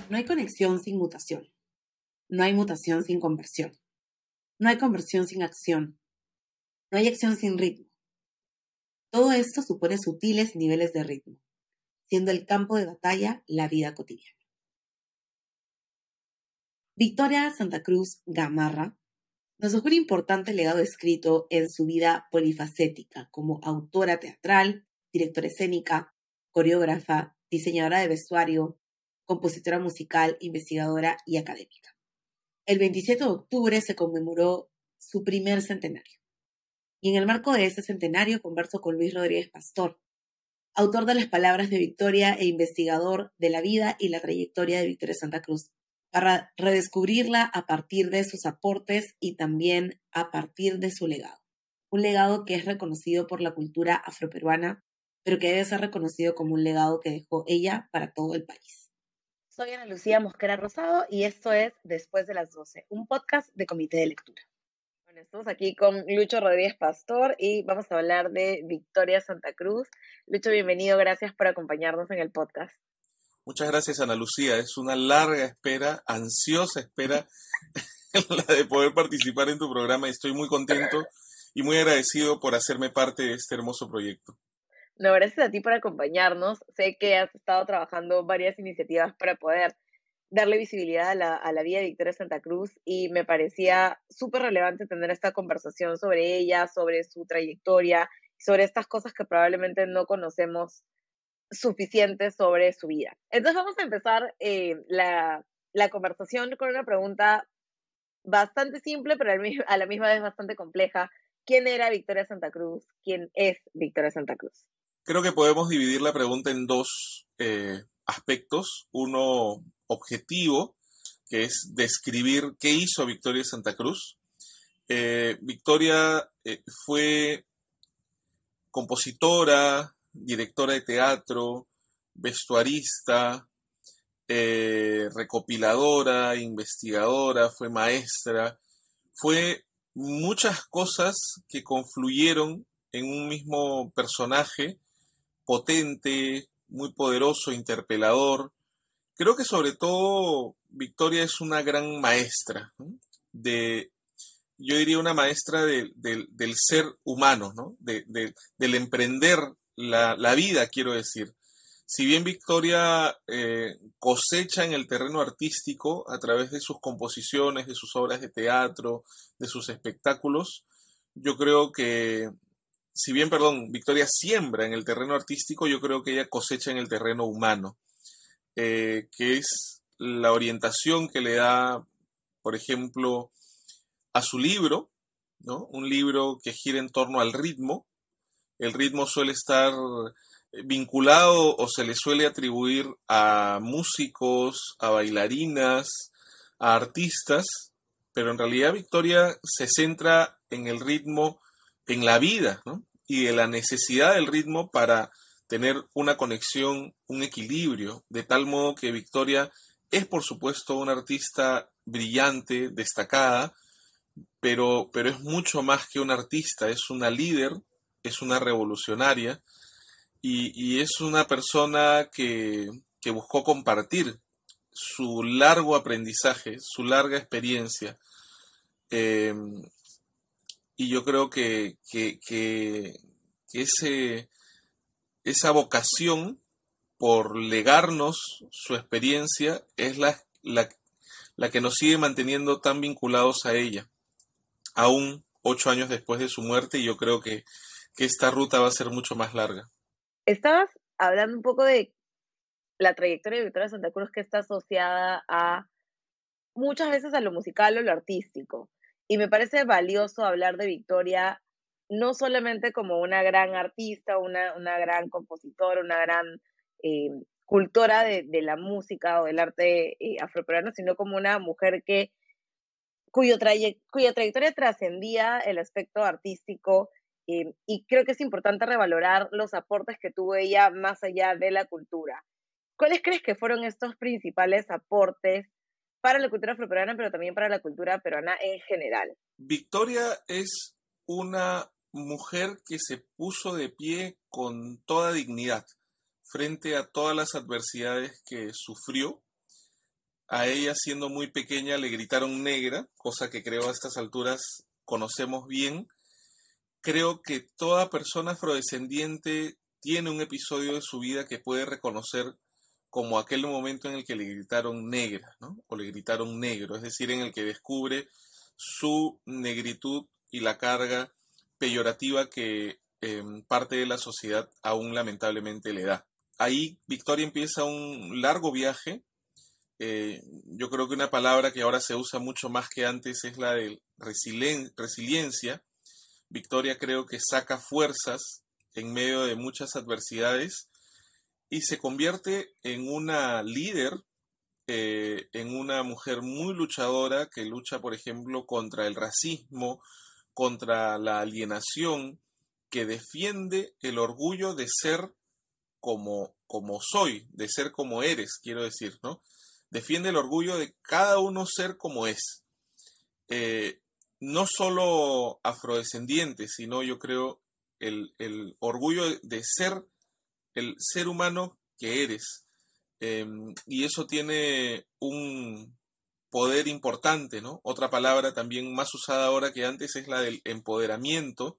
No hay conexión sin mutación. No hay mutación sin conversión. No hay conversión sin acción. No hay acción sin ritmo. Todo esto supone sutiles niveles de ritmo, siendo el campo de batalla la vida cotidiana. Victoria Santa Cruz Gamarra nos dejó un importante legado escrito en su vida polifacética como autora teatral, directora escénica, coreógrafa, diseñadora de vestuario, compositora musical, investigadora y académica. El 27 de octubre se conmemoró su primer centenario. Y en el marco de ese centenario converso con Luis Rodríguez Pastor, autor de las palabras de Victoria e investigador de la vida y la trayectoria de Victoria Santa Cruz, para redescubrirla a partir de sus aportes y también a partir de su legado. Un legado que es reconocido por la cultura afroperuana, pero que debe ser reconocido como un legado que dejó ella para todo el país. Soy Ana Lucía Mosquera Rosado y esto es Después de las 12, un podcast de Comité de Lectura. Bueno, estamos aquí con Lucho Rodríguez Pastor y vamos a hablar de Victoria Santa Cruz. Lucho, bienvenido, gracias por acompañarnos en el podcast. Muchas gracias, Ana Lucía. Es una larga espera, ansiosa espera, la de poder participar en tu programa y estoy muy contento y muy agradecido por hacerme parte de este hermoso proyecto. No, gracias a ti por acompañarnos. Sé que has estado trabajando varias iniciativas para poder darle visibilidad a la vida de Victoria Santa Cruz y me parecía súper relevante tener esta conversación sobre ella, sobre su trayectoria, sobre estas cosas que probablemente no conocemos suficiente sobre su vida. Entonces vamos a empezar la conversación con una pregunta bastante simple, pero a la misma vez bastante compleja. ¿Quién era Victoria Santa Cruz? ¿Quién es Victoria Santa Cruz? Creo que podemos dividir la pregunta en dos aspectos. Uno objetivo, que es describir qué hizo Victoria Santa Cruz. Victoria fue compositora, directora de teatro, vestuarista, recopiladora, investigadora, fue maestra, fue muchas cosas que confluyeron en un mismo personaje potente, muy poderoso, interpelador. Creo que sobre todo Victoria es una gran maestra, ¿no? Yo diría una maestra del ser humano, ¿no? Del emprender la vida, quiero decir. Si bien Victoria cosecha en el terreno artístico a través de sus composiciones, de sus obras de teatro, de sus espectáculos, yo creo que, si bien, Victoria siembra en el terreno artístico, yo creo que ella cosecha en el terreno humano, que es la orientación que le da, por ejemplo, a su libro, ¿no? Un libro que gira en torno al ritmo. El ritmo suele estar vinculado o se le suele atribuir a músicos, a bailarinas, a artistas, pero en realidad Victoria se centra en el ritmo, en la vida, ¿no? Y de la necesidad del ritmo para tener una conexión, un equilibrio, de tal modo que Victoria es, por supuesto, una artista brillante, destacada, pero es mucho más que una artista, es una líder, es una revolucionaria y es una persona que buscó compartir su largo aprendizaje, su larga experiencia. Y yo creo que esa vocación por legarnos su experiencia es la que nos sigue manteniendo tan vinculados a ella, aún 8 años después de su muerte, y yo creo que esta ruta va a ser mucho más larga. Estabas hablando un poco de la trayectoria de Victoria Santa Cruz, que está asociada a muchas veces a lo musical o lo artístico. Y me parece valioso hablar de Victoria no solamente como una gran artista, una gran compositora, una gran cultora de la música o del arte afroperuano, sino como una mujer cuya trayectoria trascendía el aspecto artístico, y creo que es importante revalorar los aportes que tuvo ella más allá de la cultura. ¿Cuáles crees que fueron estos principales aportes para la cultura afroperuana, pero también para la cultura peruana en general? Victoria es una mujer que se puso de pie con toda dignidad frente a todas las adversidades que sufrió, a ella siendo muy pequeña le gritaron negra, cosa que creo a estas alturas conocemos bien. Creo que toda persona afrodescendiente tiene un episodio de su vida que puede reconocer como aquel momento en el que le gritaron negra, ¿no? O le gritaron negro, es decir, en el que descubre su negritud y la carga peyorativa que parte de la sociedad aún lamentablemente le da. Ahí Victoria empieza un largo viaje. Yo creo que una palabra que ahora se usa mucho más que antes es la de resiliencia. Victoria creo que saca fuerzas en medio de muchas adversidades y se convierte en una líder, en una mujer muy luchadora que lucha, por ejemplo, contra el racismo, contra la alienación, que defiende el orgullo de ser como soy, de ser como eres, quiero decir, ¿no? Defiende el orgullo de cada uno ser como es. No solo afrodescendientes, sino yo creo el orgullo de ser el ser humano que eres. Y eso tiene un poder importante, ¿no? Otra palabra también más usada ahora que antes es la del empoderamiento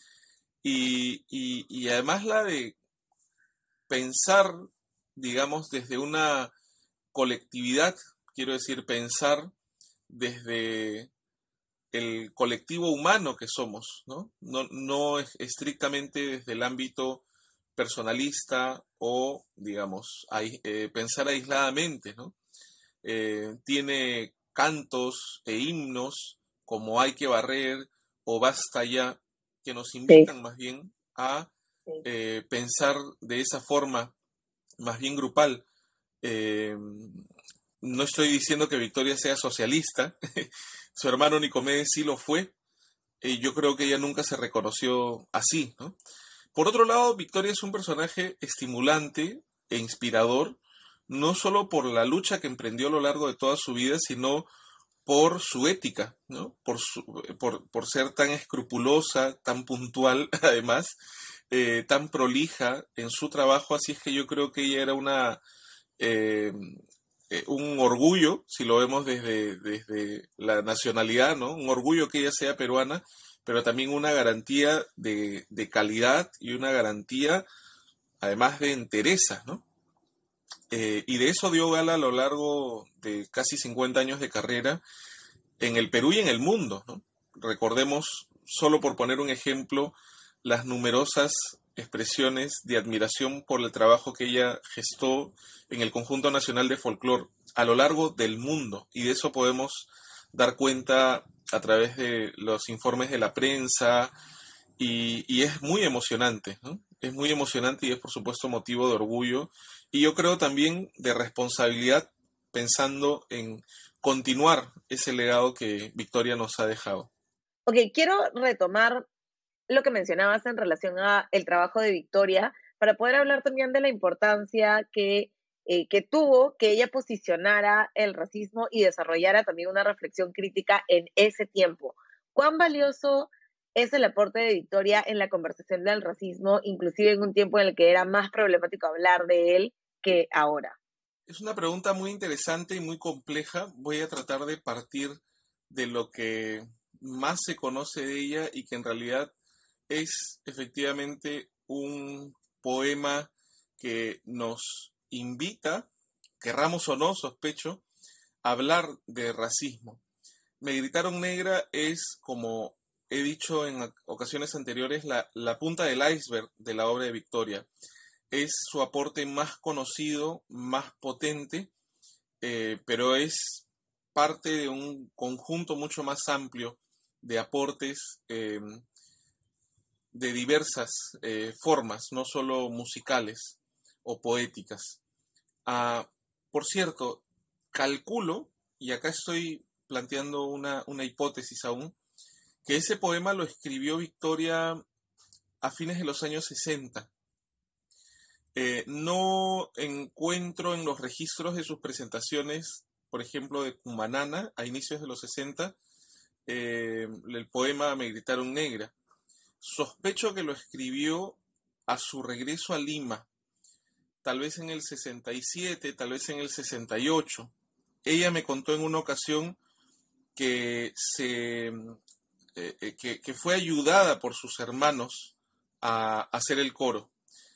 y además la de pensar, digamos, desde una colectividad, quiero decir, pensar desde el colectivo humano que somos, ¿no? No estrictamente desde el ámbito personalista o, digamos, pensar aisladamente, ¿no? Tiene cantos e himnos como Hay que barrer o Basta ya, que nos invitan más bien a pensar de esa forma más bien grupal. No estoy diciendo que Victoria sea socialista, su hermano Nicomedes sí lo fue, yo creo que ella nunca se reconoció así, ¿no? Por otro lado, Victoria es un personaje estimulante e inspirador, no solo por la lucha que emprendió a lo largo de toda su vida, sino por su ética, ¿no? Por ser tan escrupulosa, tan puntual, además, tan prolija en su trabajo, así es que yo creo que ella era un orgullo, si lo vemos desde la nacionalidad, ¿no? Un orgullo que ella sea peruana, pero también una garantía de calidad y una garantía, además, de entereza, ¿no? Y de eso dio gala a lo largo de casi 50 años de carrera en el Perú y en el mundo, ¿no? Recordemos, solo por poner un ejemplo, las numerosas expresiones de admiración por el trabajo que ella gestó en el Conjunto Nacional de Folclore a lo largo del mundo. Y de eso podemos dar cuenta a través de los informes de la prensa y es muy emocionante, ¿no? Es muy emocionante y es por supuesto motivo de orgullo y yo creo también de responsabilidad pensando en continuar ese legado que Victoria nos ha dejado. Ok, quiero retomar lo que mencionabas en relación a el trabajo de Victoria para poder hablar también de la importancia que tuvo que ella posicionara el racismo y desarrollara también una reflexión crítica en ese tiempo. ¿Cuán valioso es el aporte de Victoria en la conversación del racismo, inclusive en un tiempo en el que era más problemático hablar de él que ahora? Es una pregunta muy interesante y muy compleja. Voy a tratar de partir de lo que más se conoce de ella y que en realidad es efectivamente un poema que nos invita, querramos o no, sospecho, a hablar de racismo. Me gritaron negra es, como he dicho en ocasiones anteriores, la punta del iceberg de la obra de Victoria. Es su aporte más conocido, más potente, pero es parte de un conjunto mucho más amplio de aportes de diversas formas, no solo musicales o poéticas. Por cierto, calculo, y acá estoy planteando una hipótesis aún, que ese poema lo escribió Victoria a fines de los años 60. No encuentro en los registros de sus presentaciones, por ejemplo, de Cumanana, a inicios de los 60, el poema Me gritaron negra. Sospecho que lo escribió a su regreso a Lima, tal vez en el 67, tal vez en el 68. ella me contó en una ocasión que, que fue ayudada por sus hermanos a hacer el coro.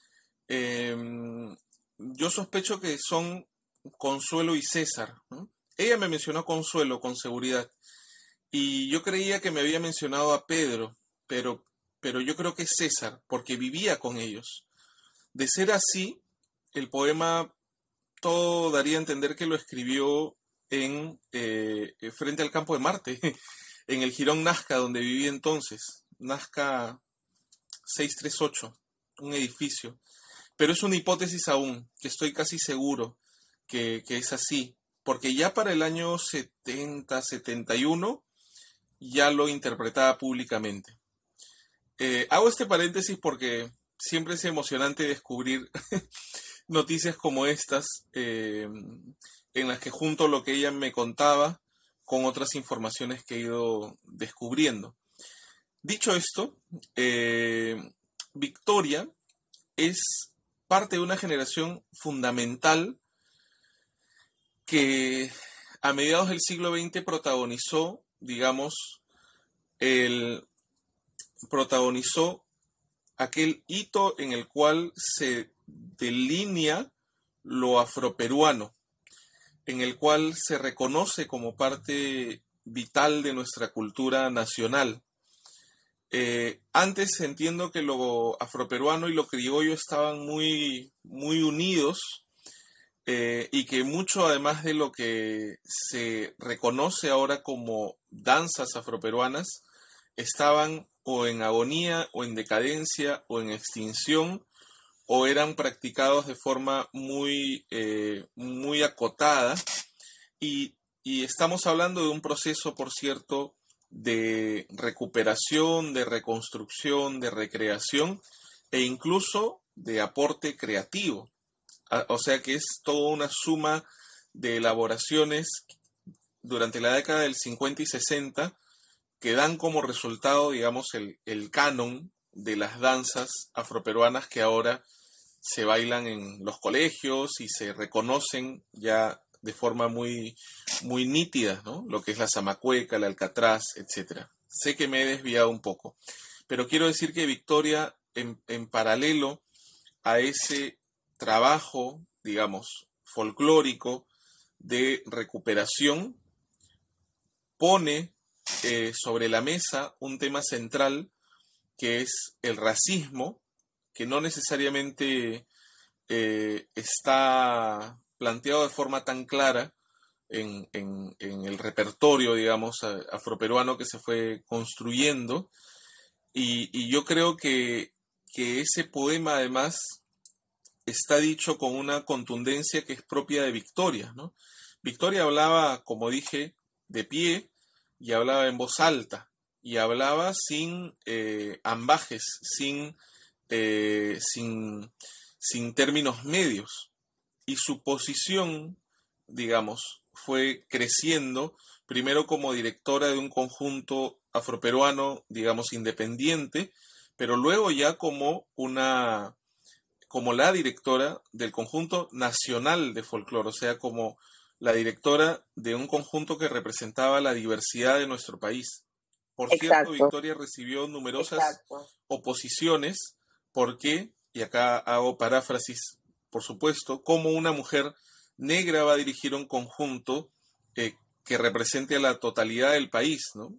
Yo sospecho que son Consuelo y César, ¿no? Ella me mencionó a Consuelo con seguridad y yo creía que me había mencionado a Pedro, pero yo creo que es César, porque vivía con ellos. De ser así, el poema todo daría a entender que lo escribió en frente al campo de Marte, en el Jirón Nazca, donde vivía entonces, Nazca 638, un edificio. Pero es una hipótesis aún, que estoy casi seguro que es así, porque ya para el año 70, 71 ya lo interpretaba públicamente. Hago este paréntesis porque siempre es emocionante descubrir noticias como estas, en las que junto lo que ella me contaba con otras informaciones que he ido descubriendo. Dicho esto, Victoria es parte de una generación fundamental que a mediados del siglo XX protagonizó, digamos, protagonizó aquel hito en el cual se delinea lo afroperuano, en el cual se reconoce como parte vital de nuestra cultura nacional. Antes entiendo que lo afroperuano y lo criollo estaban muy, muy unidos, y que mucho además de lo que se reconoce ahora como danzas afroperuanas estaban o en agonía o en decadencia o en extinción o eran practicados de forma muy, muy acotada y estamos hablando de un proceso, por cierto, de recuperación, de reconstrucción, de recreación e incluso de aporte creativo. O sea que es toda una suma de elaboraciones durante la década del 50 y 60 que dan como resultado, digamos, el canon de las danzas afroperuanas que ahora se bailan en los colegios y se reconocen ya de forma muy, muy nítida, ¿no? Lo que es la zamacueca, el alcatraz, etc. Sé que me he desviado un poco, pero quiero decir que Victoria, en paralelo a ese trabajo, digamos, folclórico de recuperación, pone sobre la mesa un tema central que es el racismo, que no necesariamente está planteado de forma tan clara en el repertorio, digamos, afroperuano que se fue construyendo. Y yo creo que ese poema, además, está dicho con una contundencia que es propia de Victoria, ¿no? Victoria hablaba, como dije, de pie y hablaba en voz alta y hablaba sin ambajes, sin términos medios. Y su posición, digamos, fue creciendo, primero como directora de un conjunto afroperuano, digamos, independiente, pero luego ya como la directora del conjunto nacional de folclore, o sea, como la directora de un conjunto que representaba la diversidad de nuestro país. Por cierto, Victoria recibió numerosas oposiciones porque, y acá hago paráfrasis, por supuesto, cómo una mujer negra va a dirigir un conjunto que represente a la totalidad del país, ¿no?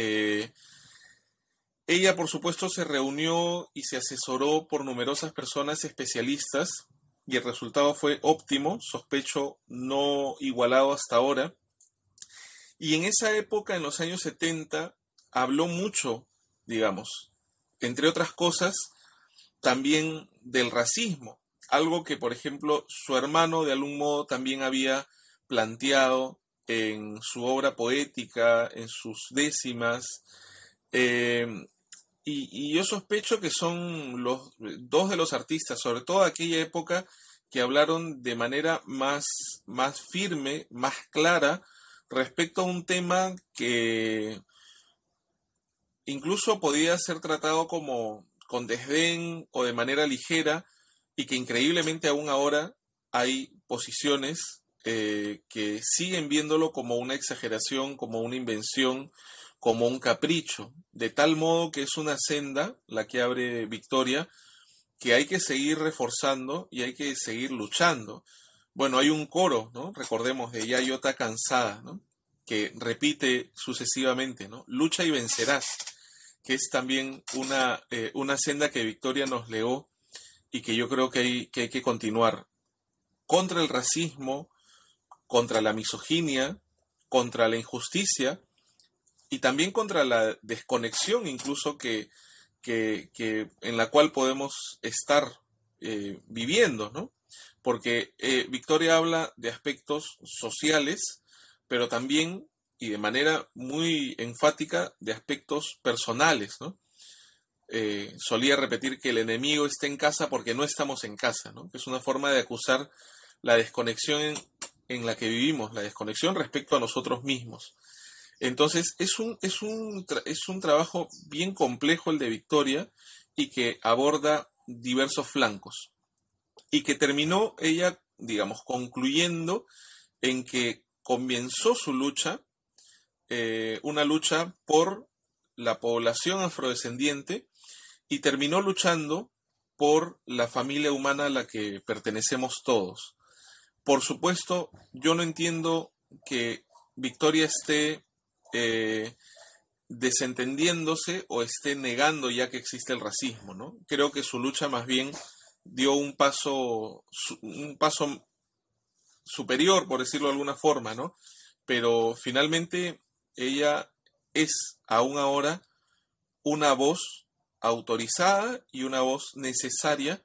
Ella, por supuesto, se reunió y se asesoró por numerosas personas especialistas y el resultado fue óptimo, sospecho no igualado hasta ahora. Y en esa época, en los años 70, habló mucho, digamos, entre otras cosas, también del racismo, algo que, por ejemplo, su hermano de algún modo también había planteado en su obra poética, en sus décimas, y yo sospecho que son los dos de los artistas, sobre todo de aquella época, que hablaron de manera más firme, más clara, respecto a un tema que incluso podía ser tratado como con desdén o de manera ligera, y que increíblemente aún ahora hay posiciones que siguen viéndolo como una exageración, como una invención, como un capricho, de tal modo que es una senda la que abre Victoria, que hay que seguir reforzando y hay que seguir luchando. Bueno, hay un coro, ¿no? Recordemos, de Yayota Cansada, ¿no? Que repite sucesivamente, ¿no? Lucha y vencerás, que es también una senda que Victoria nos legó y que yo creo que hay que continuar. Contra el racismo, contra la misoginia, contra la injusticia y también contra la desconexión incluso que en la cual podemos estar viviendo, ¿no? Porque Victoria habla de aspectos sociales, pero también, y de manera muy enfática, de aspectos personales, ¿no? Solía repetir que el enemigo está en casa porque no estamos en casa, ¿no? Que es una forma de acusar la desconexión en la que vivimos, la desconexión respecto a nosotros mismos. Entonces, es un trabajo bien complejo el de Victoria y que aborda diversos flancos y que terminó ella, digamos, concluyendo en que comenzó su lucha, una lucha por la población afrodescendiente y terminó luchando por la familia humana a la que pertenecemos todos. Por supuesto, yo no entiendo que Victoria esté desentendiéndose o esté negando ya que existe el racismo, ¿no? Creo que su lucha más bien dio un paso superior, por decirlo de alguna forma, ¿no? Pero finalmente ella es aún ahora una voz autorizada y una voz necesaria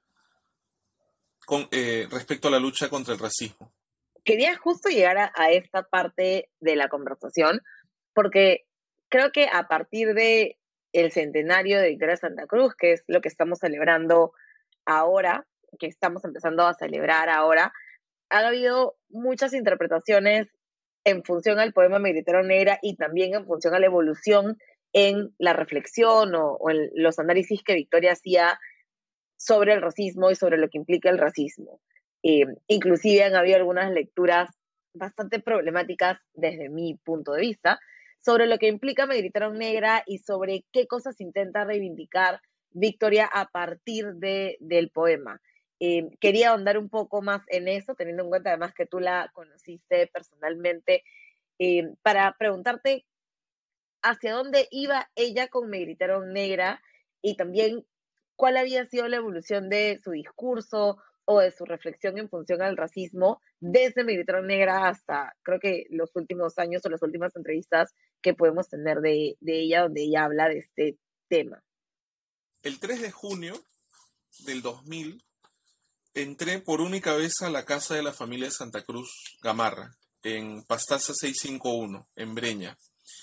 respecto a la lucha contra el racismo. Quería justo llegar a esta parte de la conversación, porque creo que a partir de el centenario de Victoria Santa Cruz, que es lo que estamos celebrando ahora, que estamos empezando a celebrar ahora, ha habido muchas interpretaciones en función al poema Me gritaron negra y también en función a la evolución en la reflexión o en los análisis que Victoria hacía sobre el racismo y sobre lo que implica el racismo. Inclusive han habido algunas lecturas bastante problemáticas desde mi punto de vista sobre lo que implica Me gritaron negra y sobre qué cosas intenta reivindicar Victoria a partir del poema. Quería ahondar un poco más en eso, teniendo en cuenta además que tú la conociste personalmente, para preguntarte hacia dónde iba ella con Me gritaron negra y también cuál había sido la evolución de su discurso o de su reflexión en función al racismo desde Me gritaron negra hasta creo que los últimos años o las últimas entrevistas que podemos tener de ella donde ella habla de este tema. El 3 de junio del 2000 entré por única vez a la casa de la familia Santa Cruz Gamarra, en Pastaza 651, en Breña.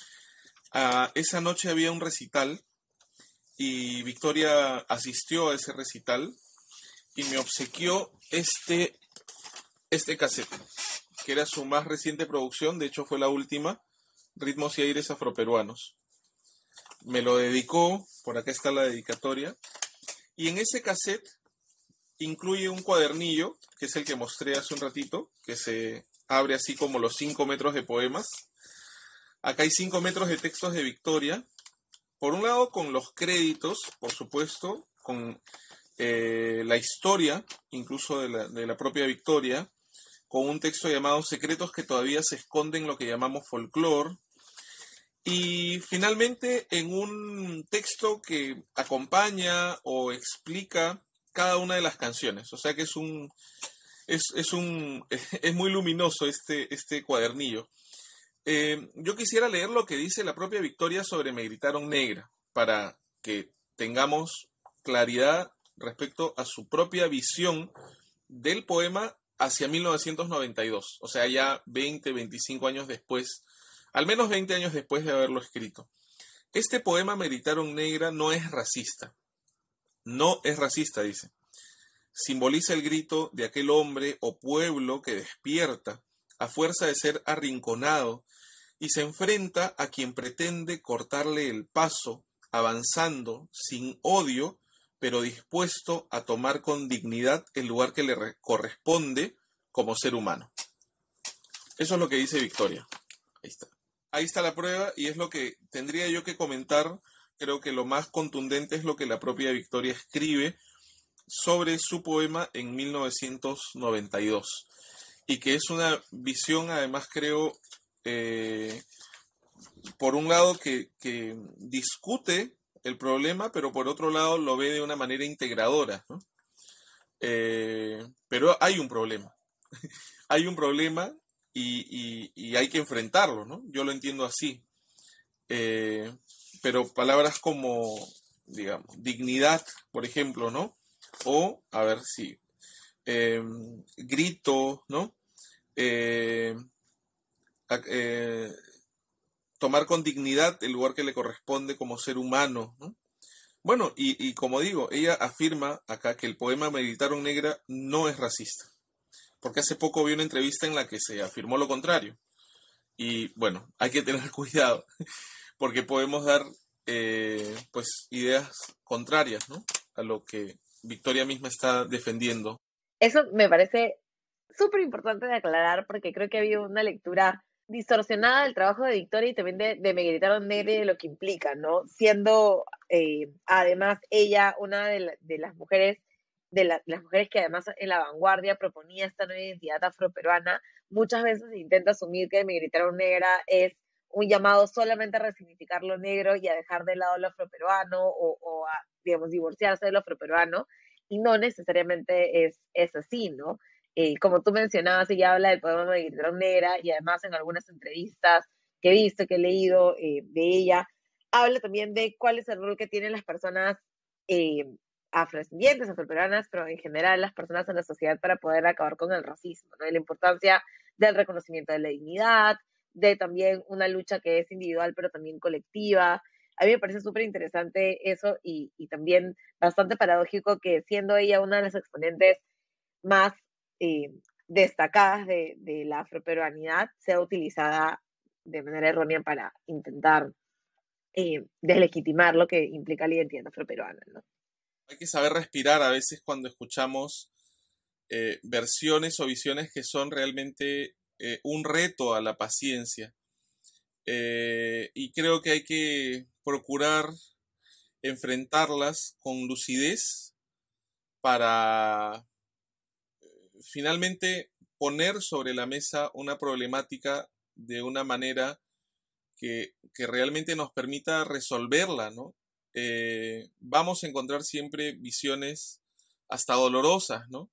Esa noche había un recital y Victoria asistió a ese recital y me obsequió este cassette, que era su más reciente producción, de hecho fue la última, Ritmos y Aires Afroperuanos. Me lo dedicó, por acá está la dedicatoria, y en ese cassette incluye un cuadernillo, que es el que mostré hace un ratito, que se abre así como los 5 metros de poemas. Acá hay 5 metros de textos de Victoria, por un lado con los créditos, por supuesto, con la historia, incluso de la propia Victoria, con un texto llamado Secretos que todavía se esconden en lo que llamamos folclore, y finalmente en un texto que acompaña o explica cada una de las canciones. O sea que es muy luminoso este cuadernillo. Yo quisiera leer lo que dice la propia Victoria sobre Me gritaron negra, para que tengamos claridad respecto a su propia visión del poema hacia 1992, o sea, ya 20, 25 años después, al menos 20 años después de haberlo escrito. Este poema Me gritaron negra no es racista. No es racista, dice. Simboliza el grito de aquel hombre o pueblo que despierta a fuerza de ser arrinconado y se enfrenta a quien pretende cortarle el paso, avanzando sin odio, pero dispuesto a tomar con dignidad el lugar que le corresponde como ser humano. Eso es lo que dice Victoria. Ahí está. Ahí está la prueba y es lo que tendría yo que comentar. Creo que lo más contundente es lo que la propia Victoria escribe sobre su poema en 1992. Y que es una visión, además, creo, por un lado que discute el problema, pero por otro lado lo ve de una manera integradora, ¿no? Pero hay un problema. Hay un problema y hay que enfrentarlo, ¿no? Yo lo entiendo así. Pero palabras como, digamos, dignidad, por ejemplo, ¿no? O, a ver si, grito, ¿no? Tomar con dignidad el lugar que le corresponde como ser humano, ¿no? Bueno, y como digo, ella afirma acá que el poema Meditaron Negra no es racista, porque hace poco vi una entrevista en la que se afirmó lo contrario. Y bueno, hay que tener cuidado, porque podemos dar pues ideas contrarias, ¿no? A lo que Victoria misma está defendiendo. Eso me parece súper importante de aclarar porque creo que ha habido una lectura distorsionada del trabajo de Victoria y también de Me Gritaron Negra y de lo que implica, ¿no? Siendo además ella una de las mujeres, las mujeres que además en la vanguardia proponía esta nueva identidad afroperuana, muchas veces se intenta asumir que Me Gritaron Negra es un llamado solamente a resignificar lo negro y a dejar de lado lo afroperuano o a, digamos, divorciarse de lo afroperuano, y no necesariamente es así, ¿no? Como tú mencionabas, ella habla del poema de Gritaron Negra y además en algunas entrevistas que he visto, que he leído de ella, habla también de cuál es el rol que tienen las personas afrodescendientes, afroperuanas, pero en general las personas en la sociedad para poder acabar con el racismo, ¿no? De la importancia del reconocimiento de la dignidad, de también una lucha que es individual pero también colectiva. A mí me parece súper interesante eso y también bastante paradójico que siendo ella una de las exponentes más destacadas de la afroperuanidad, sea utilizada de manera errónea para intentar deslegitimar lo que implica la identidad afroperuana, ¿no? Hay que saber respirar a veces cuando escuchamos versiones o visiones que son realmente un reto a la paciencia. Y creo que hay que procurar enfrentarlas con lucidez para finalmente poner sobre la mesa una problemática de una manera que realmente nos permita resolverla, ¿no? Vamos a encontrar siempre visiones hasta dolorosas, ¿no?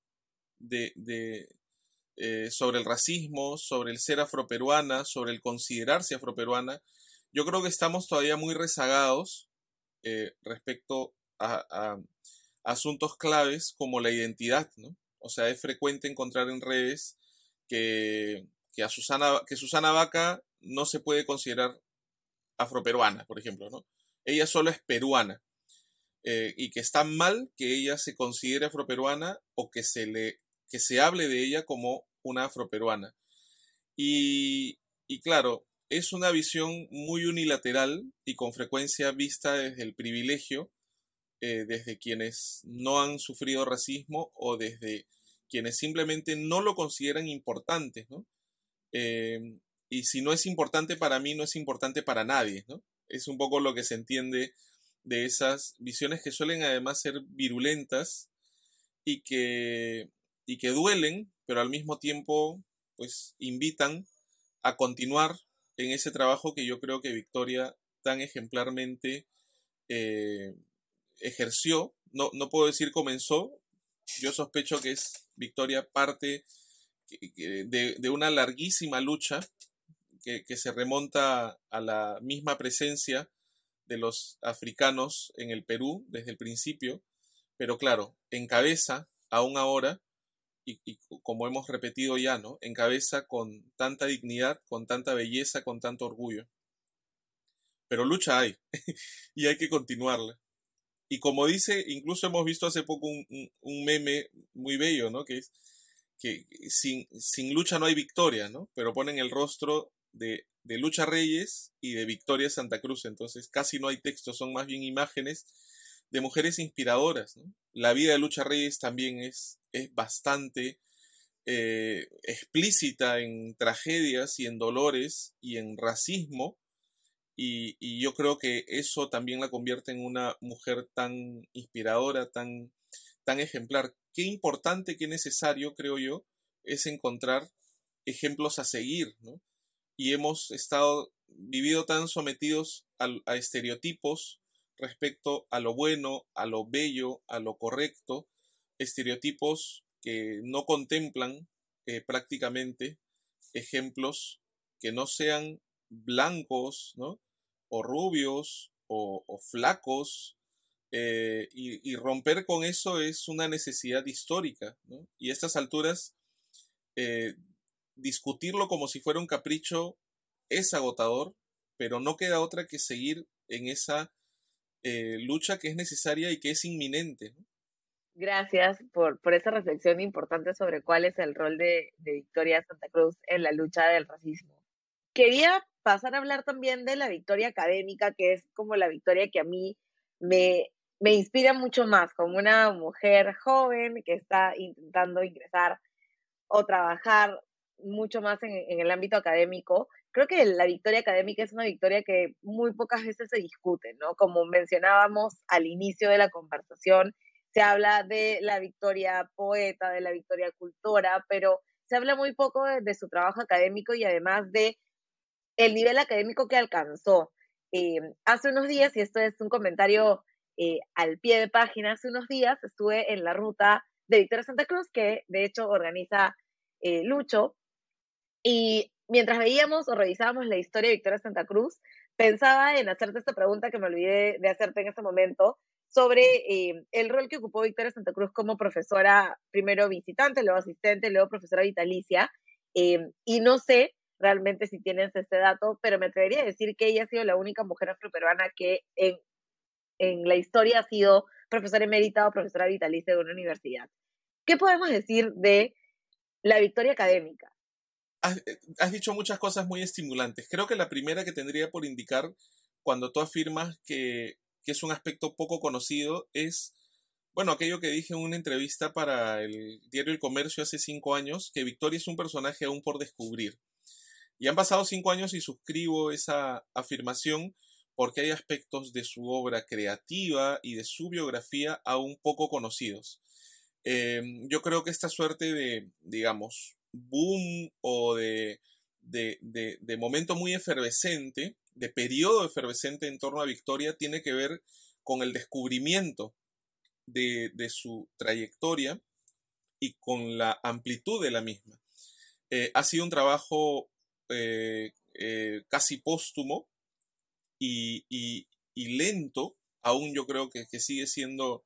Sobre el racismo, sobre el ser afroperuana, sobre el considerarse afroperuana. Yo creo que estamos todavía muy rezagados respecto a asuntos claves como la identidad, ¿no? O sea, es frecuente encontrar en redes que Susana Vaca no se puede considerar afroperuana, por ejemplo, ¿no? Ella solo es peruana. Y que está mal que ella se considere afroperuana o que se hable de ella como una afroperuana. Y claro, es una visión muy unilateral y con frecuencia vista desde el privilegio, desde quienes no han sufrido racismo o desde quienes simplemente no lo consideran importante, ¿no? Y si no es importante para mí, no es importante para nadie, ¿no? Es un poco lo que se entiende de esas visiones que suelen además ser virulentas y que duelen, pero al mismo tiempo pues invitan a continuar en ese trabajo que yo creo que Victoria tan ejemplarmente ejerció. No puedo decir comenzó, yo sospecho que es Victoria parte de una larguísima lucha que se remonta a la misma presencia de los africanos en el Perú desde el principio, pero claro, encabeza aún ahora, y como hemos repetido ya, ¿no? Encabeza con tanta dignidad, con tanta belleza, con tanto orgullo. Pero lucha hay, y hay que continuarla. Y como dice, incluso hemos visto hace poco un meme muy bello, ¿no? Que es que sin lucha no hay victoria, ¿no? Pero ponen el rostro de Lucha Reyes y de Victoria Santa Cruz, entonces casi no hay texto, son más bien imágenes de mujeres inspiradoras, ¿no? La vida de Lucha Reyes también es bastante explícita en tragedias y en dolores y en racismo, y yo creo que eso también la convierte en una mujer tan inspiradora, tan ejemplar. Qué importante, qué necesario, creo yo, es encontrar ejemplos a seguir, ¿no? Y hemos vivido tan sometidos a estereotipos respecto a lo bueno, a lo bello, a lo correcto, estereotipos que no contemplan prácticamente ejemplos que no sean blancos, ¿no? O rubios o flacos, y romper con eso es una necesidad histórica, ¿no? Y a estas alturas, eh, discutirlo como si fuera un capricho es agotador, pero no queda otra que seguir en esa lucha que es necesaria y que es inminente, ¿no? Gracias por esa reflexión importante sobre cuál es el rol de Victoria Santa Cruz en la lucha del racismo. Quería pasar a hablar también de la victoria académica, que es como la victoria que a mí me inspira mucho más, como una mujer joven que está intentando ingresar o trabajar mucho más en el ámbito académico. Creo que la victoria académica es una victoria que muy pocas veces se discute, ¿no? Como mencionábamos al inicio de la conversación, se habla de la victoria poeta, de la victoria cultora, pero se habla muy poco de su trabajo académico y además de el nivel académico que alcanzó. Hace unos días, y esto es un comentario al pie de página, hace unos días estuve en la ruta de Victoria Santa Cruz, que de hecho organiza Lucho, y mientras veíamos o revisábamos la historia de Victoria Santa Cruz, pensaba en hacerte esta pregunta que me olvidé de hacerte en ese momento, sobre el rol que ocupó Victoria Santa Cruz como profesora, primero visitante, luego asistente, luego profesora vitalicia, y no sé realmente si tienes este dato, pero me atrevería a decir que ella ha sido la única mujer afroperuana que en la historia ha sido profesora emérita o profesora vitalicia de una universidad. ¿Qué podemos decir de la victoria académica? Has dicho muchas cosas muy estimulantes. Creo que la primera que tendría por indicar cuando tú afirmas que es un aspecto poco conocido es, bueno, aquello que dije en una entrevista para el diario El Comercio hace 5 años, que Victoria es un personaje aún por descubrir. Y han pasado 5 años y suscribo esa afirmación porque hay aspectos de su obra creativa y de su biografía aún poco conocidos. Yo creo que esta suerte de, digamos, boom o de momento muy efervescente, de periodo efervescente en torno a Victoria, tiene que ver con el descubrimiento de su trayectoria y con la amplitud de la misma. Ha sido un trabajo casi póstumo y lento, aún yo creo que sigue siendo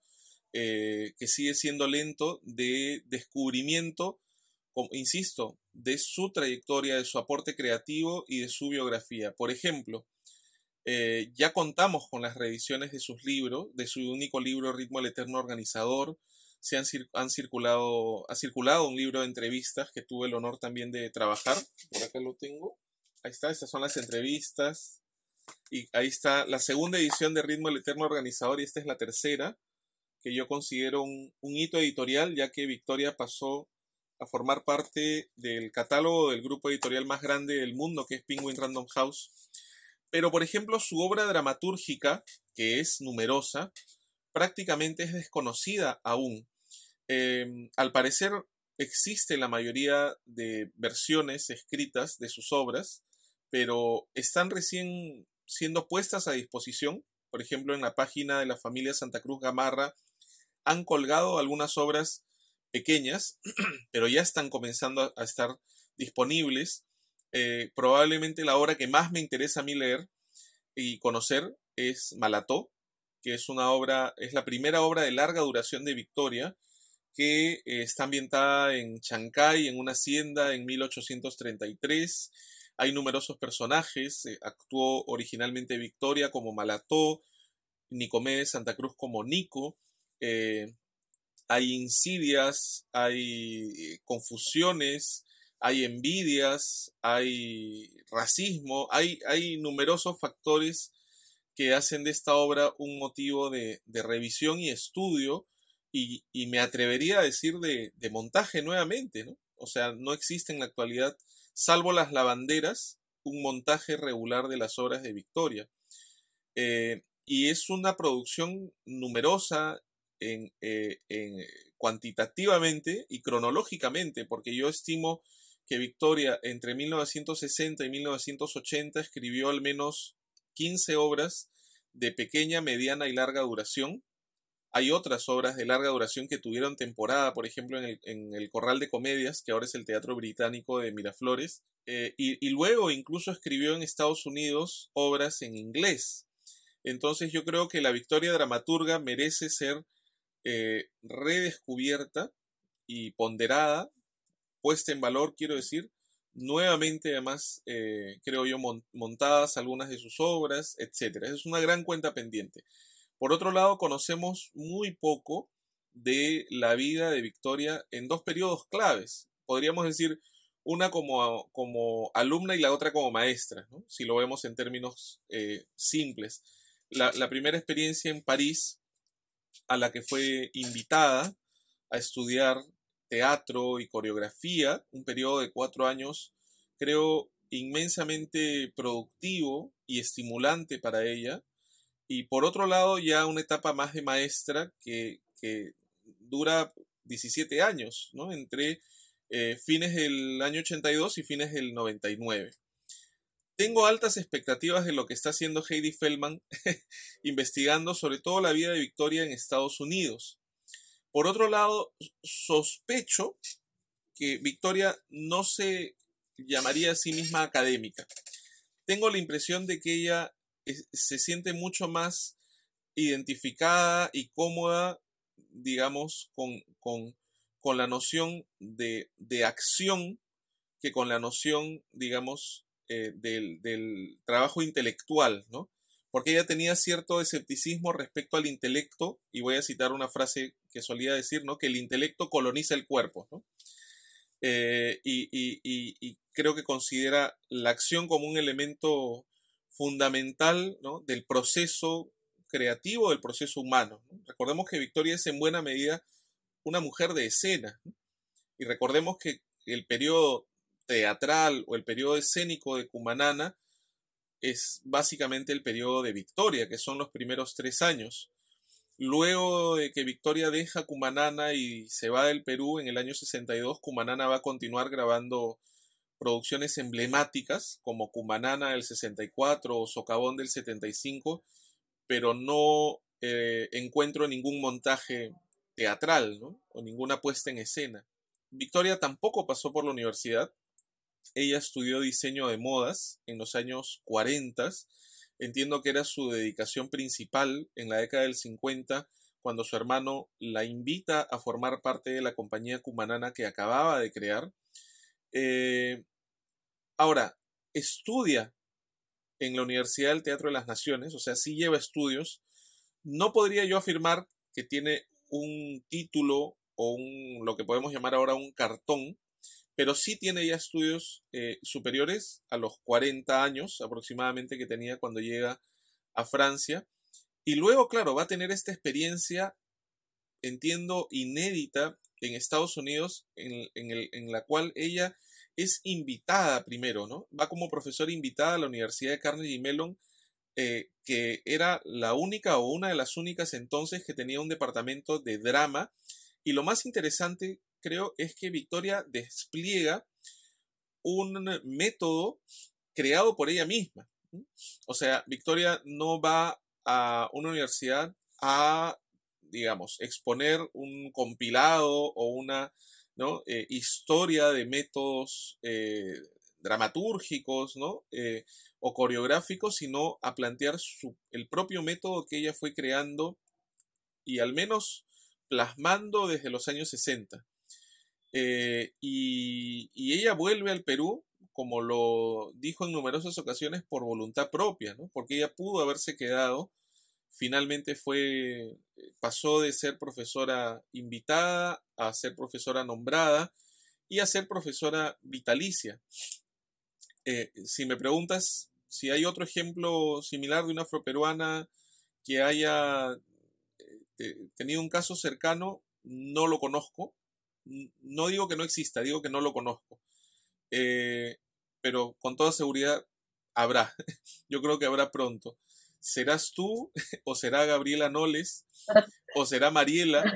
lento de descubrimiento, insisto, de su trayectoria, de su aporte creativo y de su biografía. Por ejemplo, ya contamos con las reediciones de sus libros, de su único libro Ritmo del Eterno Organizador. Ha circulado un libro de entrevistas que tuve el honor también de trabajar. Por acá lo tengo. Ahí está, estas son las entrevistas. Y ahí está la segunda edición de Ritmo del Eterno Organizador y esta es la tercera, que yo considero un hito editorial, ya que Victoria pasó a formar parte del catálogo del grupo editorial más grande del mundo, que es Penguin Random House. Pero, por ejemplo, su obra dramatúrgica, que es numerosa, prácticamente es desconocida aún. Al parecer existe la mayoría de versiones escritas de sus obras, pero están recién siendo puestas a disposición. Por ejemplo, en la página de la familia Santa Cruz Gamarra han colgado algunas obras pequeñas, pero ya están comenzando a estar disponibles. Probablemente la obra que más me interesa a mí leer y conocer es Malató, que es la primera obra de larga duración de Victoria, que está ambientada en Chancay, en una hacienda en 1833. Hay numerosos personajes. Actuó originalmente Victoria como Malató, Nicomé Santa Cruz como Nico. Hay insidias, hay confusiones, hay envidias, hay racismo, hay numerosos factores que hacen de esta obra un motivo de revisión y estudio y me atrevería a decir de montaje nuevamente, ¿no? O sea, no existe en la actualidad, salvo las lavanderas, un montaje regular de las obras de Victoria. Y es una producción numerosa cuantitativamente y cronológicamente, porque yo estimo que Victoria entre 1960 y 1980 escribió al menos 15 obras de pequeña, mediana y larga duración. Hay otras obras de larga duración que tuvieron temporada, por ejemplo, en el Corral de Comedias, que ahora es el Teatro Británico de Miraflores, y luego incluso escribió en Estados Unidos obras en inglés. Entonces yo creo que la Victoria dramaturga merece ser redescubierta y ponderada, puesta en valor, quiero decir, nuevamente además, creo yo, montadas algunas de sus obras, etc. Es una gran cuenta pendiente. Por otro lado, conocemos muy poco de la vida de Victoria en dos periodos claves. Podríamos decir una como alumna y la otra como maestra, ¿no? Si lo vemos en términos simples. La primera experiencia en París, a la que fue invitada a estudiar teatro y coreografía, un periodo de 4 años, creo inmensamente productivo y estimulante para ella. Y por otro lado, ya una etapa más de maestra que dura 17 años, ¿no? Entre fines del año 82 y fines del 99. Tengo altas expectativas de lo que está haciendo Heidi Feldman investigando sobre todo la vida de Victoria en Estados Unidos. Por otro lado, sospecho que Victoria no se llamaría a sí misma académica. Tengo la impresión de que ella se siente mucho más identificada y cómoda, digamos, con la noción de acción que con la noción, digamos, del trabajo intelectual, ¿no? Porque ella tenía cierto escepticismo respecto al intelecto, y voy a citar una frase que solía decir, ¿no? Que el intelecto coloniza el cuerpo, ¿no? Y creo que considera la acción como un elemento fundamental, ¿no? Del proceso creativo, del proceso humano, ¿no? Recordemos que Victoria es en buena medida una mujer de escena, ¿no? Y recordemos que el periodo teatral o el periodo escénico de Cumanana es básicamente el periodo de Victoria, que son los primeros 3 años. Luego de que Victoria deja Cumanana y se va del Perú en el año 62, Cumanana va a continuar grabando producciones emblemáticas como Cumanana del 64 o Socavón del 75, pero no encuentro ningún montaje teatral, ¿no? O ninguna puesta en escena. Victoria tampoco pasó por la universidad. Ella estudió diseño de modas en los años 40. Entiendo que era su dedicación principal en la década del 50, cuando su hermano la invita a formar parte de la compañía Cumanana que acababa de crear. Ahora, estudia en la Universidad del Teatro de las Naciones, o sea, sí lleva estudios. No podría yo afirmar que tiene un título o lo que podemos llamar ahora un cartón, pero sí tiene ya estudios superiores a los 40 años aproximadamente que tenía cuando llega a Francia. Y luego, claro, va a tener esta experiencia, entiendo, inédita en Estados Unidos, en la cual ella es invitada primero, ¿no? Va como profesora invitada a la Universidad de Carnegie Mellon, que era la única o una de las únicas entonces que tenía un departamento de drama. Y lo más interesante, creo, es que Victoria despliega un método creado por ella misma. O sea, Victoria no va a una universidad a, digamos, exponer un compilado o una, ¿no? Historia de métodos dramatúrgicos, ¿no? O coreográficos, sino a plantear el propio método que ella fue creando y al menos plasmando desde los años 60. Y ella vuelve al Perú, como lo dijo en numerosas ocasiones, por voluntad propia, ¿no? Porque ella pudo haberse quedado, finalmente pasó de ser profesora invitada a ser profesora nombrada y a ser profesora vitalicia. Si me preguntas si hay otro ejemplo similar de una afroperuana que haya tenido un caso cercano, no lo conozco. No digo que no exista, digo que no lo conozco. Pero con toda seguridad habrá. Yo creo que habrá pronto. ¿Serás tú o será Gabriela Noles o será Mariela?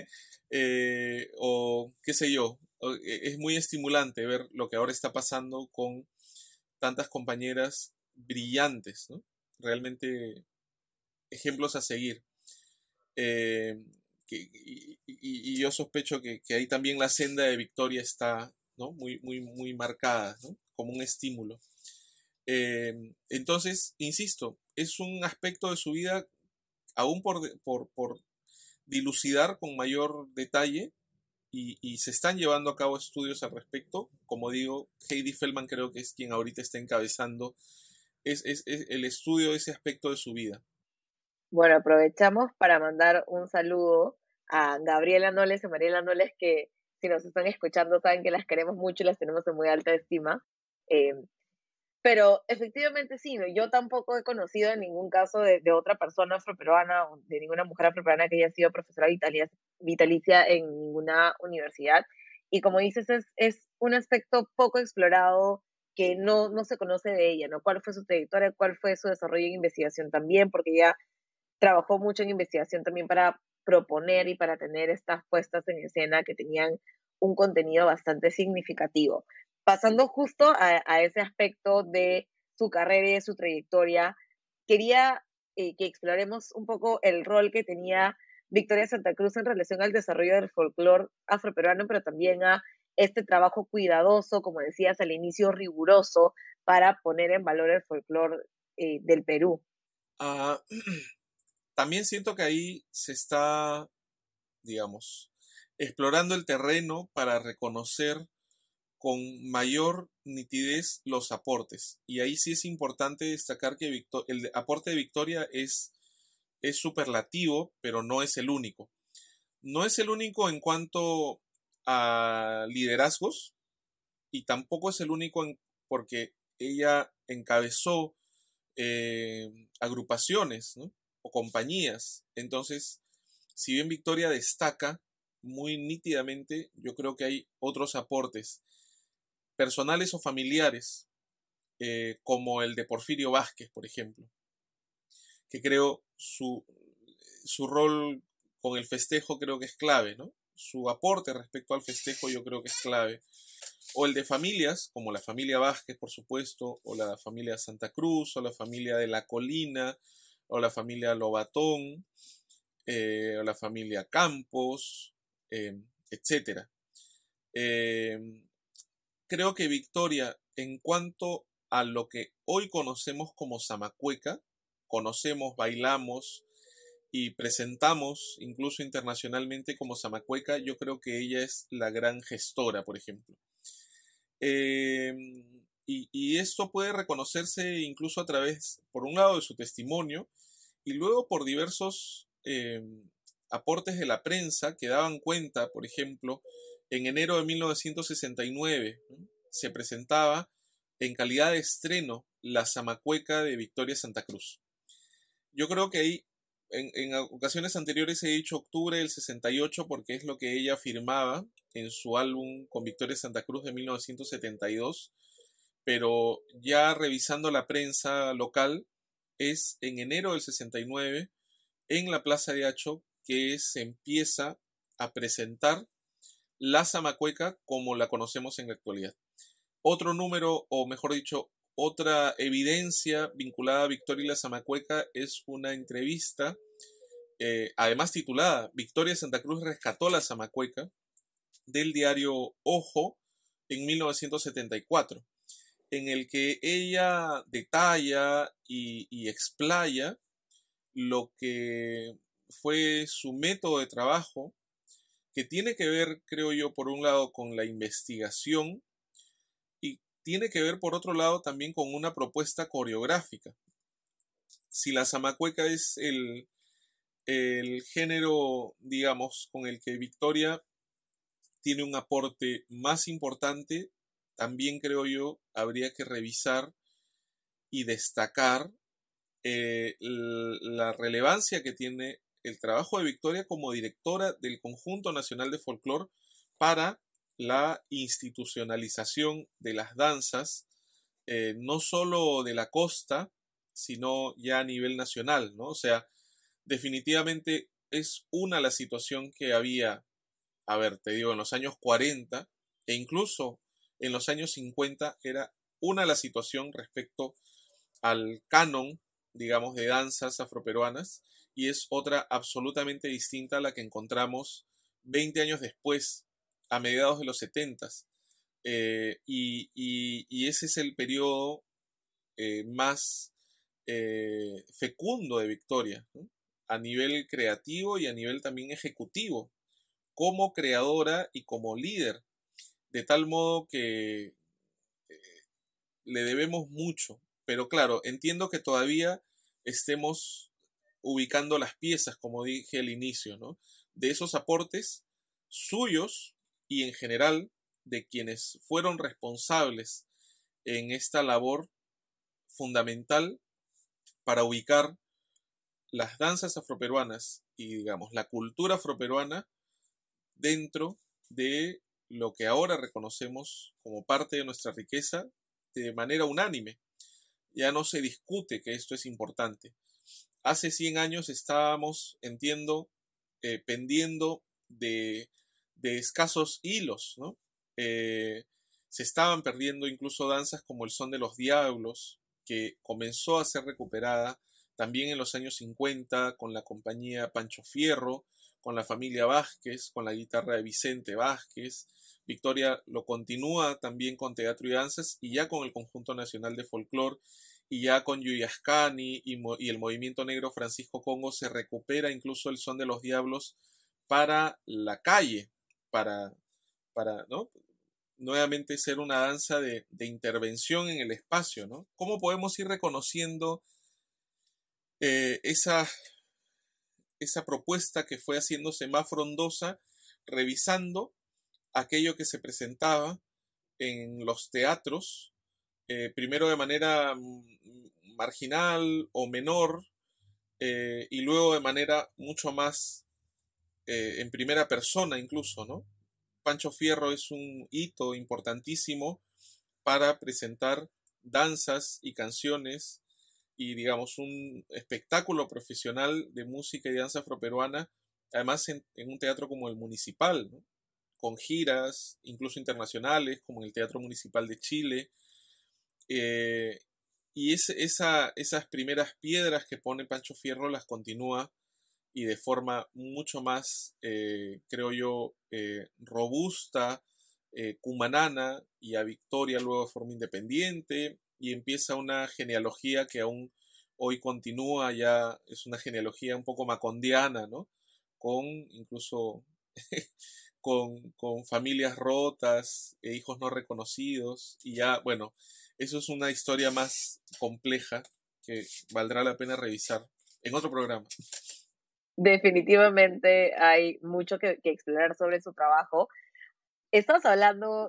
O qué sé yo. Es muy estimulante ver lo que ahora está pasando con tantas compañeras brillantes, ¿no? Realmente ejemplos a seguir. Eh, y yo sospecho que ahí también la senda de Victoria está, ¿no? Muy marcada, ¿no? Como un estímulo. Entonces, insisto, es un aspecto de su vida aún por dilucidar con mayor detalle y se están llevando a cabo estudios al respecto. Como digo, Heidi Feldman creo que es quien ahorita está encabezando es el estudio de ese aspecto de su vida. Bueno, aprovechamos para mandar un saludo a Gabriela Noles y Mariela Noles, que si nos están escuchando saben que las queremos mucho y las tenemos en muy alta estima. Eh, pero efectivamente sí, ¿no? Yo tampoco he conocido en ningún caso de otra persona afroperuana o de ninguna mujer afroperuana que haya sido profesora vitalicia en ninguna universidad. Y como dices, es un aspecto poco explorado que no se conoce de ella, ¿no? ¿Cuál fue su trayectoria? ¿Cuál fue su desarrollo en investigación también? Porque ella trabajó mucho en investigación también para proponer y para tener estas puestas en escena que tenían un contenido bastante significativo. Pasando justo a ese aspecto de su carrera y de su trayectoria, quería que exploremos un poco el rol que tenía Victoria Santa Cruz en relación al desarrollo del folclore afroperuano, pero también a este trabajo cuidadoso, como decías al inicio, riguroso, para poner en valor el folclore del Perú. También siento que ahí se está, digamos, explorando el terreno para reconocer con mayor nitidez los aportes. Y ahí sí es importante destacar que el aporte de Victoria es superlativo, pero no es el único. No es el único en cuanto a liderazgos y tampoco es el único porque ella encabezó agrupaciones, ¿no? O compañías. Entonces, si bien Victoria destaca muy nítidamente, yo creo que hay otros aportes personales o familiares, como el de Porfirio Vázquez, por ejemplo, que creo su rol con el festejo creo que es clave, ¿no? Su aporte respecto al festejo yo creo que es clave. O el de familias, como la familia Vázquez, por supuesto, o la familia Santa Cruz, o la familia de La Colina, o la familia Lobatón, o la familia Campos, etc. Creo que Victoria, en cuanto a lo que hoy conocemos como Zamacueca, conocemos, bailamos y presentamos incluso internacionalmente como Zamacueca, yo creo que ella es la gran gestora, por ejemplo. Y esto puede reconocerse incluso a través, por un lado, de su testimonio y luego por diversos aportes de la prensa que daban cuenta, por ejemplo, en enero de 1969 se presentaba en calidad de estreno la Zamacueca de Victoria Santa Cruz. Yo creo que ahí, en ocasiones anteriores he dicho octubre del 68 porque es lo que ella afirmaba en su álbum con Victoria Santa Cruz de 1972, pero ya revisando la prensa local, es en enero del 69 en la Plaza de Hacho que se empieza a presentar la Zamacueca como la conocemos en la actualidad. Otro número, o mejor dicho, otra evidencia vinculada a Victoria y la Zamacueca es una entrevista, además titulada Victoria Santa Cruz rescató la Zamacueca, del diario Ojo en 1974, en el que ella detalla y explaya lo que fue su método de trabajo, que tiene que ver, creo yo, por un lado con la investigación y tiene que ver, por otro lado, también con una propuesta coreográfica. Si la zamacueca es el género, digamos, con el que Victoria tiene un aporte más importante, también creo yo habría que revisar y destacar la relevancia que tiene el trabajo de Victoria como directora del Conjunto Nacional de Folclore para la institucionalización de las danzas, no solo de la costa, sino ya a nivel nacional, ¿no? O sea, definitivamente es una la situación que había, a ver, te digo, en los años 40 e incluso en los años 50 era una la situación respecto al canon, digamos, de danzas afroperuanas, y es otra absolutamente distinta a la que encontramos 20 años después, a mediados de los 70. Y ese es el periodo más fecundo de Victoria, ¿no? A nivel creativo y a nivel también ejecutivo, como creadora y como líder, de tal modo que le debemos mucho. Pero claro, entiendo que todavía estemos ubicando las piezas, como dije al inicio, ¿no? De esos aportes suyos y en general de quienes fueron responsables en esta labor fundamental para ubicar las danzas afroperuanas y, digamos, la cultura afroperuana dentro de lo que ahora reconocemos como parte de nuestra riqueza de manera unánime. Ya no se discute que esto es importante. Hace 100 años estábamos, entiendo, pendiendo de escasos hilos, ¿no? Se estaban perdiendo incluso danzas como el son de los diablos, que comenzó a ser recuperada también en los años 50 con la compañía Pancho Fierro, con la familia Vázquez, con la guitarra de Vicente Vázquez. Victoria lo continúa también con teatro y danzas y ya con el Conjunto Nacional de Folclor y ya con Yuyascani y el movimiento negro Francisco Congo se recupera incluso el son de los diablos para la calle, para ¿no? Nuevamente ser una danza de intervención en el espacio, ¿no? ¿Cómo podemos ir reconociendo esa propuesta que fue haciéndose más frondosa, revisando aquello que se presentaba en los teatros, primero de manera marginal o menor, y luego de manera mucho más en primera persona incluso, ¿no? Pancho Fierro es un hito importantísimo para presentar danzas y canciones y, digamos, un espectáculo profesional de música y danza afroperuana, además en un teatro como el Municipal, ¿no? Con giras, incluso internacionales, como en el Teatro Municipal de Chile. Y esas primeras piedras que pone Pancho Fierro las continúa y de forma mucho más, creo yo, robusta, cumanana, y a Victoria luego de forma independiente, y empieza una genealogía que aún hoy continúa, ya es una genealogía un poco macondiana, ¿no? Con incluso con familias rotas, e hijos no reconocidos, y ya, bueno, eso es una historia más compleja que valdrá la pena revisar en otro programa. Definitivamente hay mucho que explorar sobre su trabajo. Estamos hablando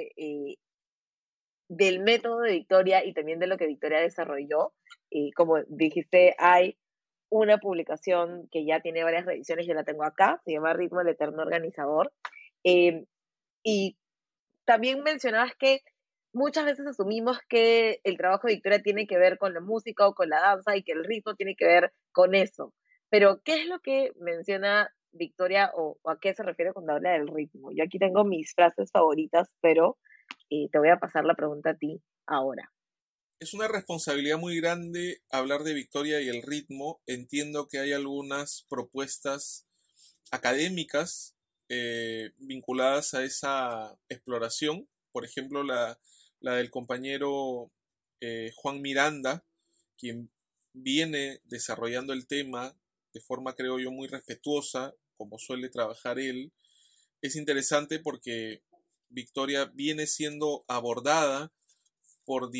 del método de Victoria y también de lo que Victoria desarrolló. Y como dijiste, hay una publicación que ya tiene varias revisiones, yo la tengo acá, se llama Ritmo, el Eterno Organizador. Y también mencionabas que muchas veces asumimos que el trabajo de Victoria tiene que ver con la música o con la danza y que el ritmo tiene que ver con eso. Pero, ¿qué es lo que menciona Victoria o a qué se refiere cuando habla del ritmo? Yo aquí tengo mis frases favoritas, pero te voy a pasar la pregunta a ti ahora. Es una responsabilidad muy grande hablar de Victoria y el ritmo. Entiendo que hay algunas propuestas académicas vinculadas a esa exploración. Por ejemplo, la del compañero Juan Miranda, quien viene desarrollando el tema de forma, creo yo, muy respetuosa, como suele trabajar él. Es interesante porque Victoria viene siendo abordada por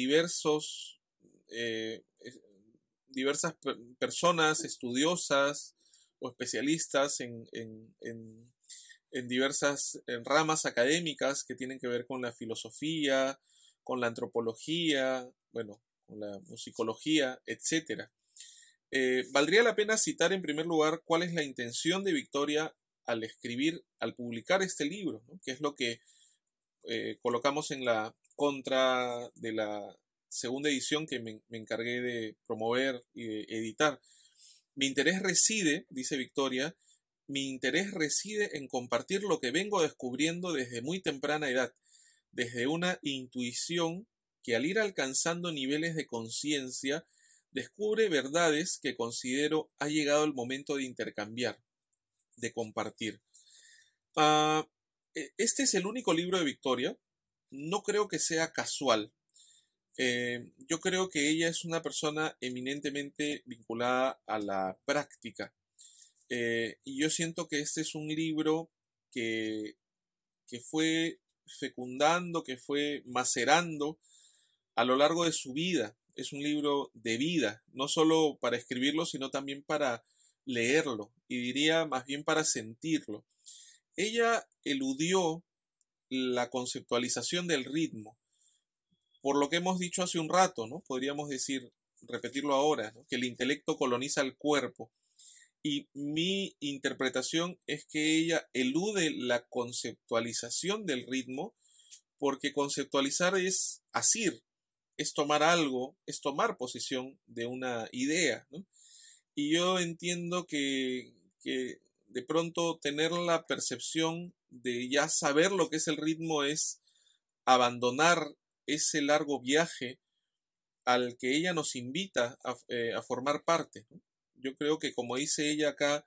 diversas personas estudiosas o especialistas en diversas ramas académicas que tienen que ver con la filosofía, con la antropología, bueno, con la musicología, etc. Valdría la pena citar en primer lugar cuál es la intención de Victoria al escribir, al publicar este libro, ¿no? Que es lo que colocamos en la contra de la segunda edición que me encargué de promover y de editar. Mi interés reside, dice Victoria, mi interés reside en compartir lo que vengo descubriendo desde muy temprana edad, desde una intuición que al ir alcanzando niveles de conciencia descubre verdades que considero ha llegado el momento de intercambiar, de compartir. Este es el único libro de Victoria. No creo que sea casual. Yo creo que ella es una persona eminentemente vinculada a la práctica. Y yo siento que este es un libro que fue fecundando, que fue macerando a lo largo de su vida. Es un libro de vida, no solo para escribirlo, sino también para leerlo, y diría más bien para sentirlo. Ella eludió la conceptualización del ritmo, por lo que hemos dicho hace un rato, ¿no? Podríamos decir, repetirlo ahora, ¿no? Que el intelecto coloniza el cuerpo. Y mi interpretación es que ella elude la conceptualización del ritmo, porque conceptualizar es asir, es tomar algo, es tomar posesión de una idea, ¿no? Y yo entiendo que de pronto tener la percepción de ya saber lo que es el ritmo es abandonar ese largo viaje al que ella nos invita a formar parte, ¿no? Yo creo que, como dice ella acá,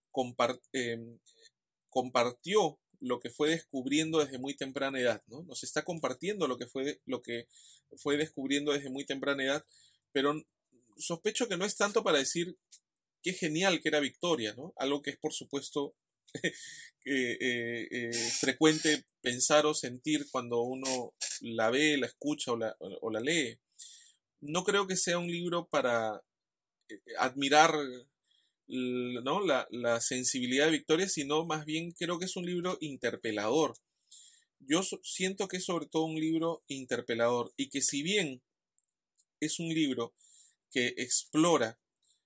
compartió lo que fue descubriendo desde muy temprana edad, ¿no? Nos está compartiendo lo que fue descubriendo desde muy temprana edad, pero sospecho que no es tanto para decir qué genial que era Victoria, ¿no? Algo que es, por supuesto, frecuente pensar o sentir cuando uno la ve, la escucha o la lee. No creo que sea un libro para admirar, ¿no? la sensibilidad de Victoria, sino más bien creo que es un libro interpelador. Yo siento que es sobre todo un libro interpelador, y que si bien es un libro que explora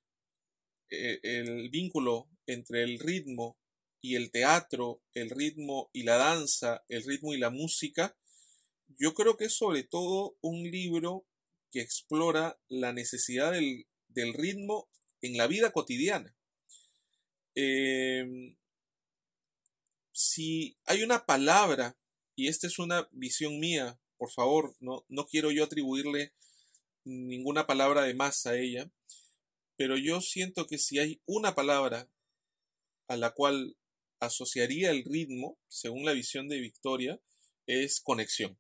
el vínculo entre el ritmo y el teatro, el ritmo y la danza, el ritmo y la música, yo creo que es sobre todo un libro que explora la necesidad del ritmo en la vida cotidiana. Si hay una palabra, y esta es una visión mía, por favor, no quiero yo atribuirle ninguna palabra de más a ella, pero yo siento que si hay una palabra a la cual asociaría el ritmo, según la visión de Victoria, es conexión.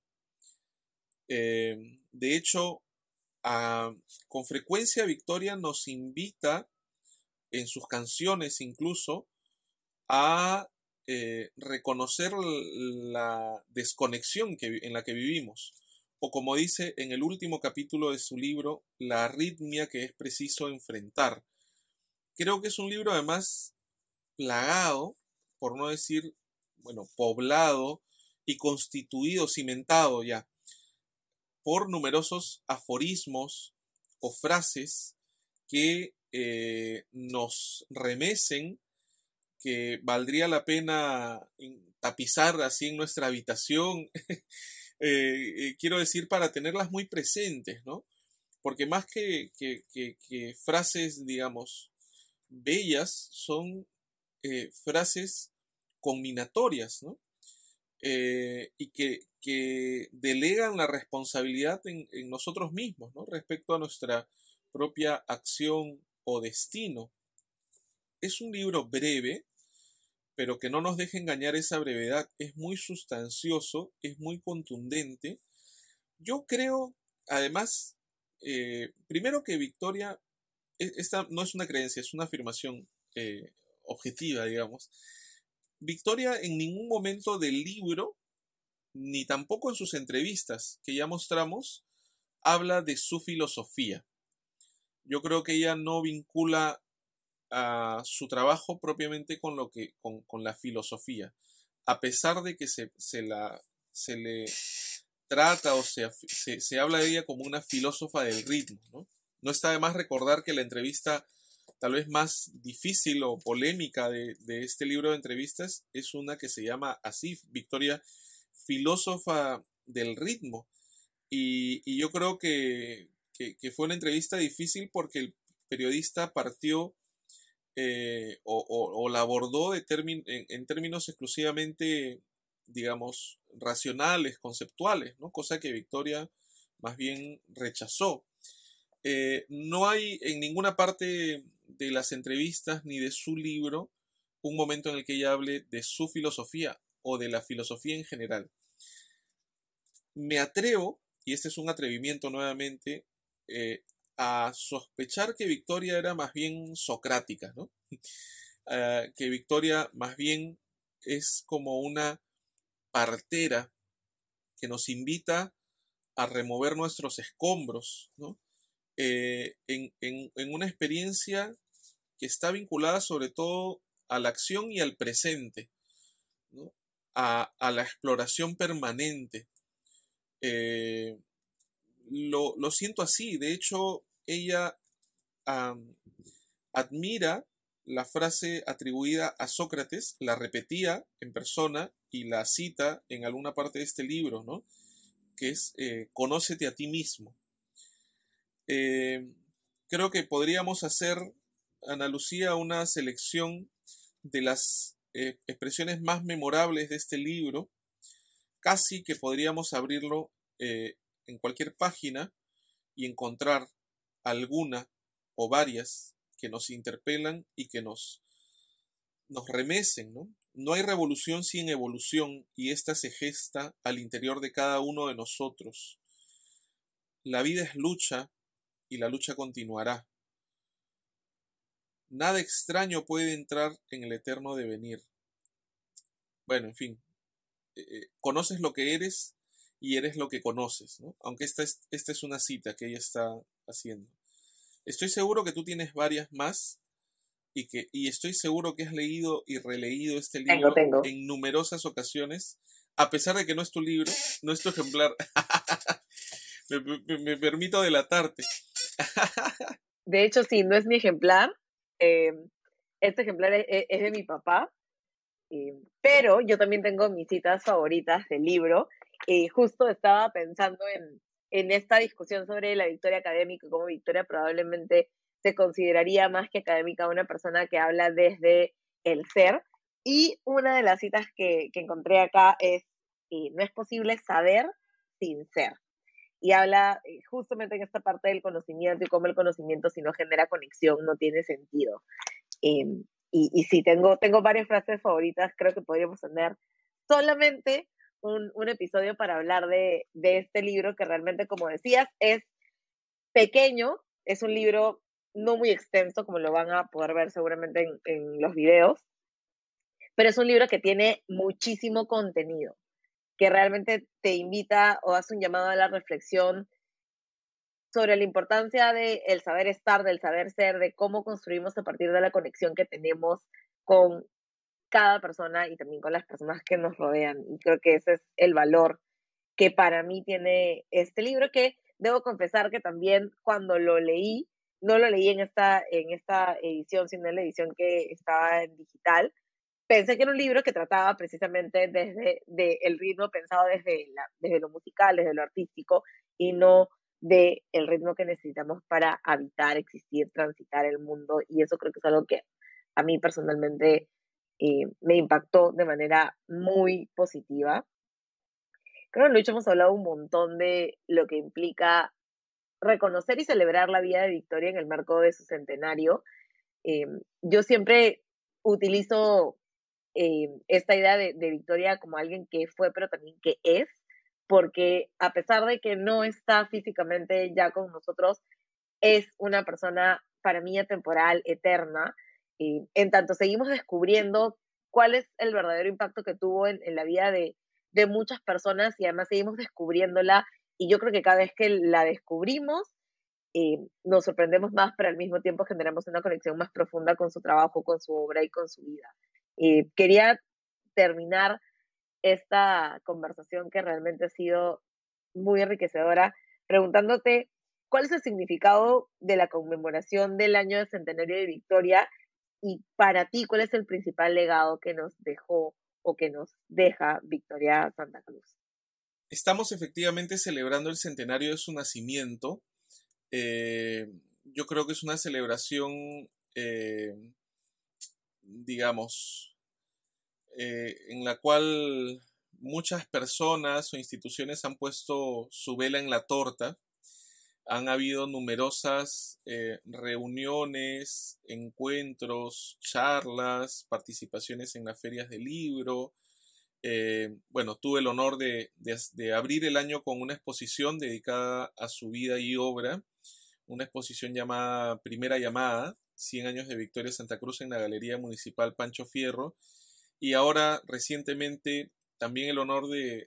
De hecho, con frecuencia Victoria nos invita, en sus canciones incluso, a reconocer la desconexión en la que vivimos, o como dice en el último capítulo de su libro, la arritmia que es preciso enfrentar. Creo que es un libro además plagado, por no decir, bueno, poblado y constituido, cimentado ya, por numerosos aforismos o frases que nos remecen, que valdría la pena tapizar así en nuestra habitación, quiero decir, para tenerlas muy presentes, ¿no? Porque más que frases, digamos, bellas, son frases combinatorias, ¿no? Y que delegan la responsabilidad en nosotros mismos, ¿no? Respecto a nuestra propia acción o destino. Es un libro breve, pero que no nos deje engañar esa brevedad. Es muy sustancioso, es muy contundente. Yo creo, además, primero que Victoria, esta no es una creencia, es una afirmación objetiva, digamos. Victoria en ningún momento del libro, ni tampoco en sus entrevistas que ya mostramos, habla de su filosofía. Yo creo que ella no vincula a su trabajo propiamente con la filosofía, a pesar de que se le trata o se habla de ella como una filósofa del ritmo, ¿no? No está de más recordar que la entrevista tal vez más difícil o polémica de este libro de entrevistas es una que se llama así, Victoria, filósofa del ritmo. Y yo creo que fue una entrevista difícil porque el periodista partió o la abordó en términos exclusivamente, digamos, racionales, conceptuales, ¿no? Cosa que Victoria más bien rechazó. No hay en ninguna parte de las entrevistas ni de su libro un momento en el que ella hable de su filosofía o de la filosofía en general. Me atrevo, y este es un atrevimiento nuevamente, a sospechar que Victoria era más bien socrática, ¿no? Que Victoria más bien es como una partera que nos invita a remover nuestros escombros, ¿no? En una experiencia que está vinculada sobre todo a la acción y al presente, ¿no? A la exploración permanente. Lo siento así. De hecho, ella admira la frase atribuida a Sócrates, la repetía en persona y la cita en alguna parte de este libro, ¿no? Que es conócete a ti mismo. Creo que podríamos hacer, Ana Lucía, una selección de las expresiones más memorables de este libro. Casi que podríamos abrirlo en cualquier página y encontrar alguna o varias que nos interpelan y que nos remecen, ¿no? No hay revolución sin evolución y esta se gesta al interior de cada uno de nosotros. La vida es lucha y la lucha continuará. Nada extraño puede entrar en el eterno devenir. Bueno, en fin, conoces lo que eres y eres lo que conoces, ¿no? Aunque esta es una cita que ella está haciendo. Estoy seguro que tú tienes varias más y estoy seguro que has leído y releído este libro Tengo. en numerosas ocasiones, a pesar de que no es tu libro, no es tu ejemplar. me permito delatarte. De hecho, sí, no es mi ejemplar. Este ejemplar es de mi papá. Pero yo también tengo mis citas favoritas del libro. Justo estaba pensando en esta discusión sobre la victoria académica, como Victoria probablemente se consideraría más que académica una persona que habla desde el ser. Y una de las citas que encontré acá es, no es posible saber sin ser. Y habla justamente en esta parte del conocimiento y cómo el conocimiento, si no genera conexión, no tiene sentido. Y sí, tengo varias frases favoritas. Creo que podríamos tener solamente un episodio para hablar de este libro que realmente, como decías, es pequeño. Es un libro no muy extenso, como lo van a poder ver seguramente en los videos, pero es un libro que tiene muchísimo contenido, que realmente te invita o hace un llamado a la reflexión sobre la importancia del saber estar, del saber ser, de cómo construimos a partir de la conexión que tenemos con cada persona y también con las personas que nos rodean. Y creo que ese es el valor que para mí tiene este libro, que debo confesar que también cuando lo leí, no lo leí en esta edición, sino en la edición que estaba en digital. Pensé que era un libro que trataba precisamente desde el ritmo pensado desde lo musical, desde lo artístico, y no del ritmo que necesitamos para habitar, existir, transitar el mundo. Y eso creo que es algo que a mí personalmente me impactó de manera muy positiva. Creo que Lucho hemos hablado un montón de lo que implica reconocer y celebrar la vida de Victoria en el marco de su centenario. Yo siempre utilizo esta idea de Victoria como alguien que fue, pero también que es, porque a pesar de que no está físicamente ya con nosotros, es una persona para mí atemporal, eterna, en tanto seguimos descubriendo cuál es el verdadero impacto que tuvo en la vida de muchas personas y además seguimos descubriéndola, y yo creo que cada vez que la descubrimos, nos sorprendemos más, pero al mismo tiempo generamos una conexión más profunda con su trabajo, con su obra y con su vida. Quería terminar esta conversación que realmente ha sido muy enriquecedora preguntándote ¿cuál es el significado de la conmemoración del año de centenario de Victoria? Y para ti, ¿cuál es el principal legado que nos dejó o que nos deja Victoria Santa Cruz? Estamos efectivamente celebrando el centenario de su nacimiento. Yo creo que es una celebración, digamos, en la cual muchas personas o instituciones han puesto su vela en la torta. Han habido numerosas reuniones, encuentros, charlas, participaciones en las ferias del libro. Bueno, tuve el honor de abrir el año con una exposición dedicada a su vida y obra, una exposición llamada Primera Llamada, 100 años de Victoria Santa Cruz en la Galería Municipal Pancho Fierro, y ahora recientemente también el honor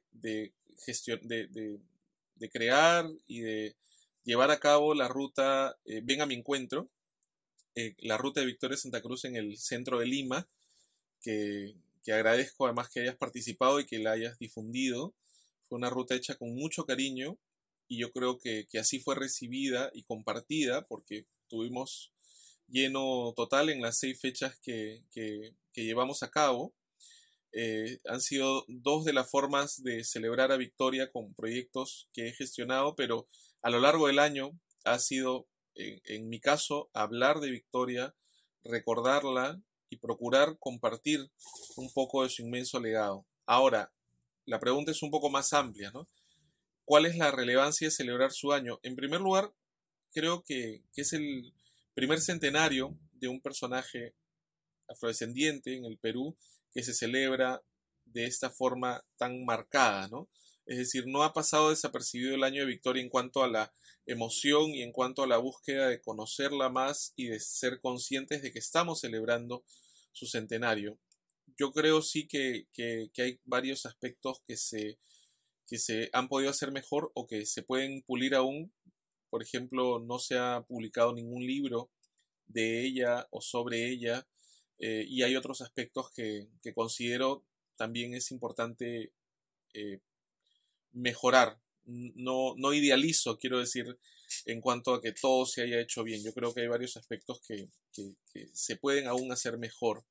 de crear y de llevar a cabo la ruta Ven a mi encuentro, la ruta de Victoria Santa Cruz en el centro de Lima, que agradezco además que hayas participado y que la hayas difundido. Fue una ruta hecha con mucho cariño y yo creo que así fue recibida y compartida porque tuvimos lleno total en las 6 fechas que llevamos a cabo. Han sido 2 de las formas de celebrar a Victoria con proyectos que he gestionado, pero a lo largo del año ha sido, en mi caso, hablar de Victoria, recordarla y procurar compartir un poco de su inmenso legado. Ahora, la pregunta es un poco más amplia, ¿no? ¿Cuál es la relevancia de celebrar su año? En primer lugar, creo que es el primer centenario de un personaje afrodescendiente en el Perú que se celebra de esta forma tan marcada, ¿no? Es decir, no ha pasado desapercibido el año de Victoria en cuanto a la emoción y en cuanto a la búsqueda de conocerla más y de ser conscientes de que estamos celebrando su centenario. Yo creo sí que hay varios aspectos que se han podido hacer mejor o que se pueden pulir aún. Por ejemplo, no se ha publicado ningún libro de ella o sobre ella, y hay otros aspectos que considero también es importante eh, mejorar. No idealizo, quiero decir, en cuanto a que todo se haya hecho bien. Yo creo que hay varios aspectos que se pueden aún hacer mejor.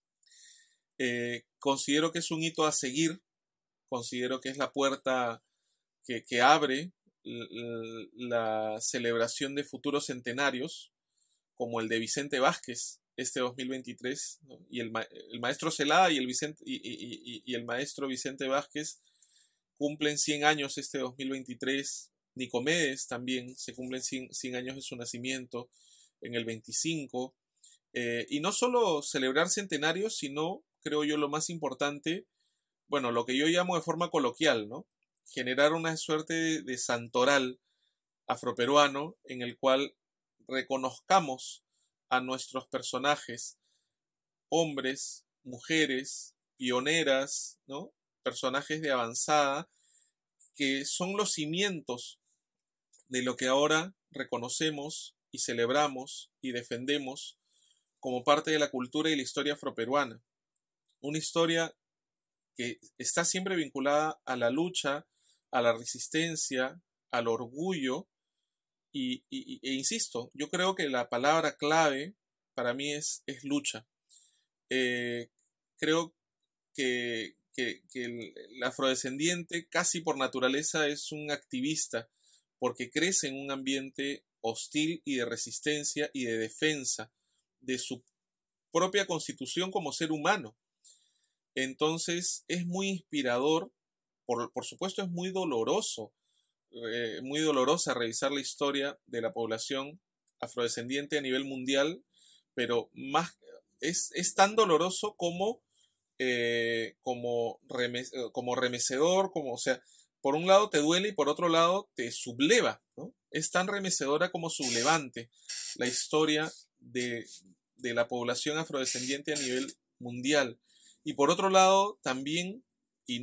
Considero que es un hito a seguir, considero que es la puerta que abre la celebración de futuros centenarios, como el de Vicente Vázquez este 2023, ¿no? Y el maestro Celada y el maestro Vicente Vázquez cumplen 100 años este 2023. Nicomedes también se cumplen 100 años de su nacimiento en el 25. Y no solo celebrar centenarios, sino, creo yo, lo más importante, bueno, lo que yo llamo de forma coloquial, ¿no? Generar una suerte de santoral afroperuano en el cual reconozcamos a nuestros personajes, hombres, mujeres, pioneras, ¿no? Personajes de avanzada, que son los cimientos de lo que ahora reconocemos y celebramos y defendemos como parte de la cultura y la historia afroperuana. Una historia que está siempre vinculada a la lucha, a la resistencia, al orgullo, e insisto, yo creo que la palabra clave para mí es lucha. Creo que el afrodescendiente casi por naturaleza es un activista, porque crece en un ambiente hostil y de resistencia y de defensa de su propia constitución como ser humano. Entonces es muy inspirador, por supuesto es muy doloroso, muy dolorosa revisar la historia de la población afrodescendiente a nivel mundial, pero más es tan doloroso como remecedor, o sea, por un lado te duele y por otro lado te subleva, ¿no? Es tan remecedora como sublevante la historia de la población afrodescendiente a nivel mundial. Y por otro lado, también, y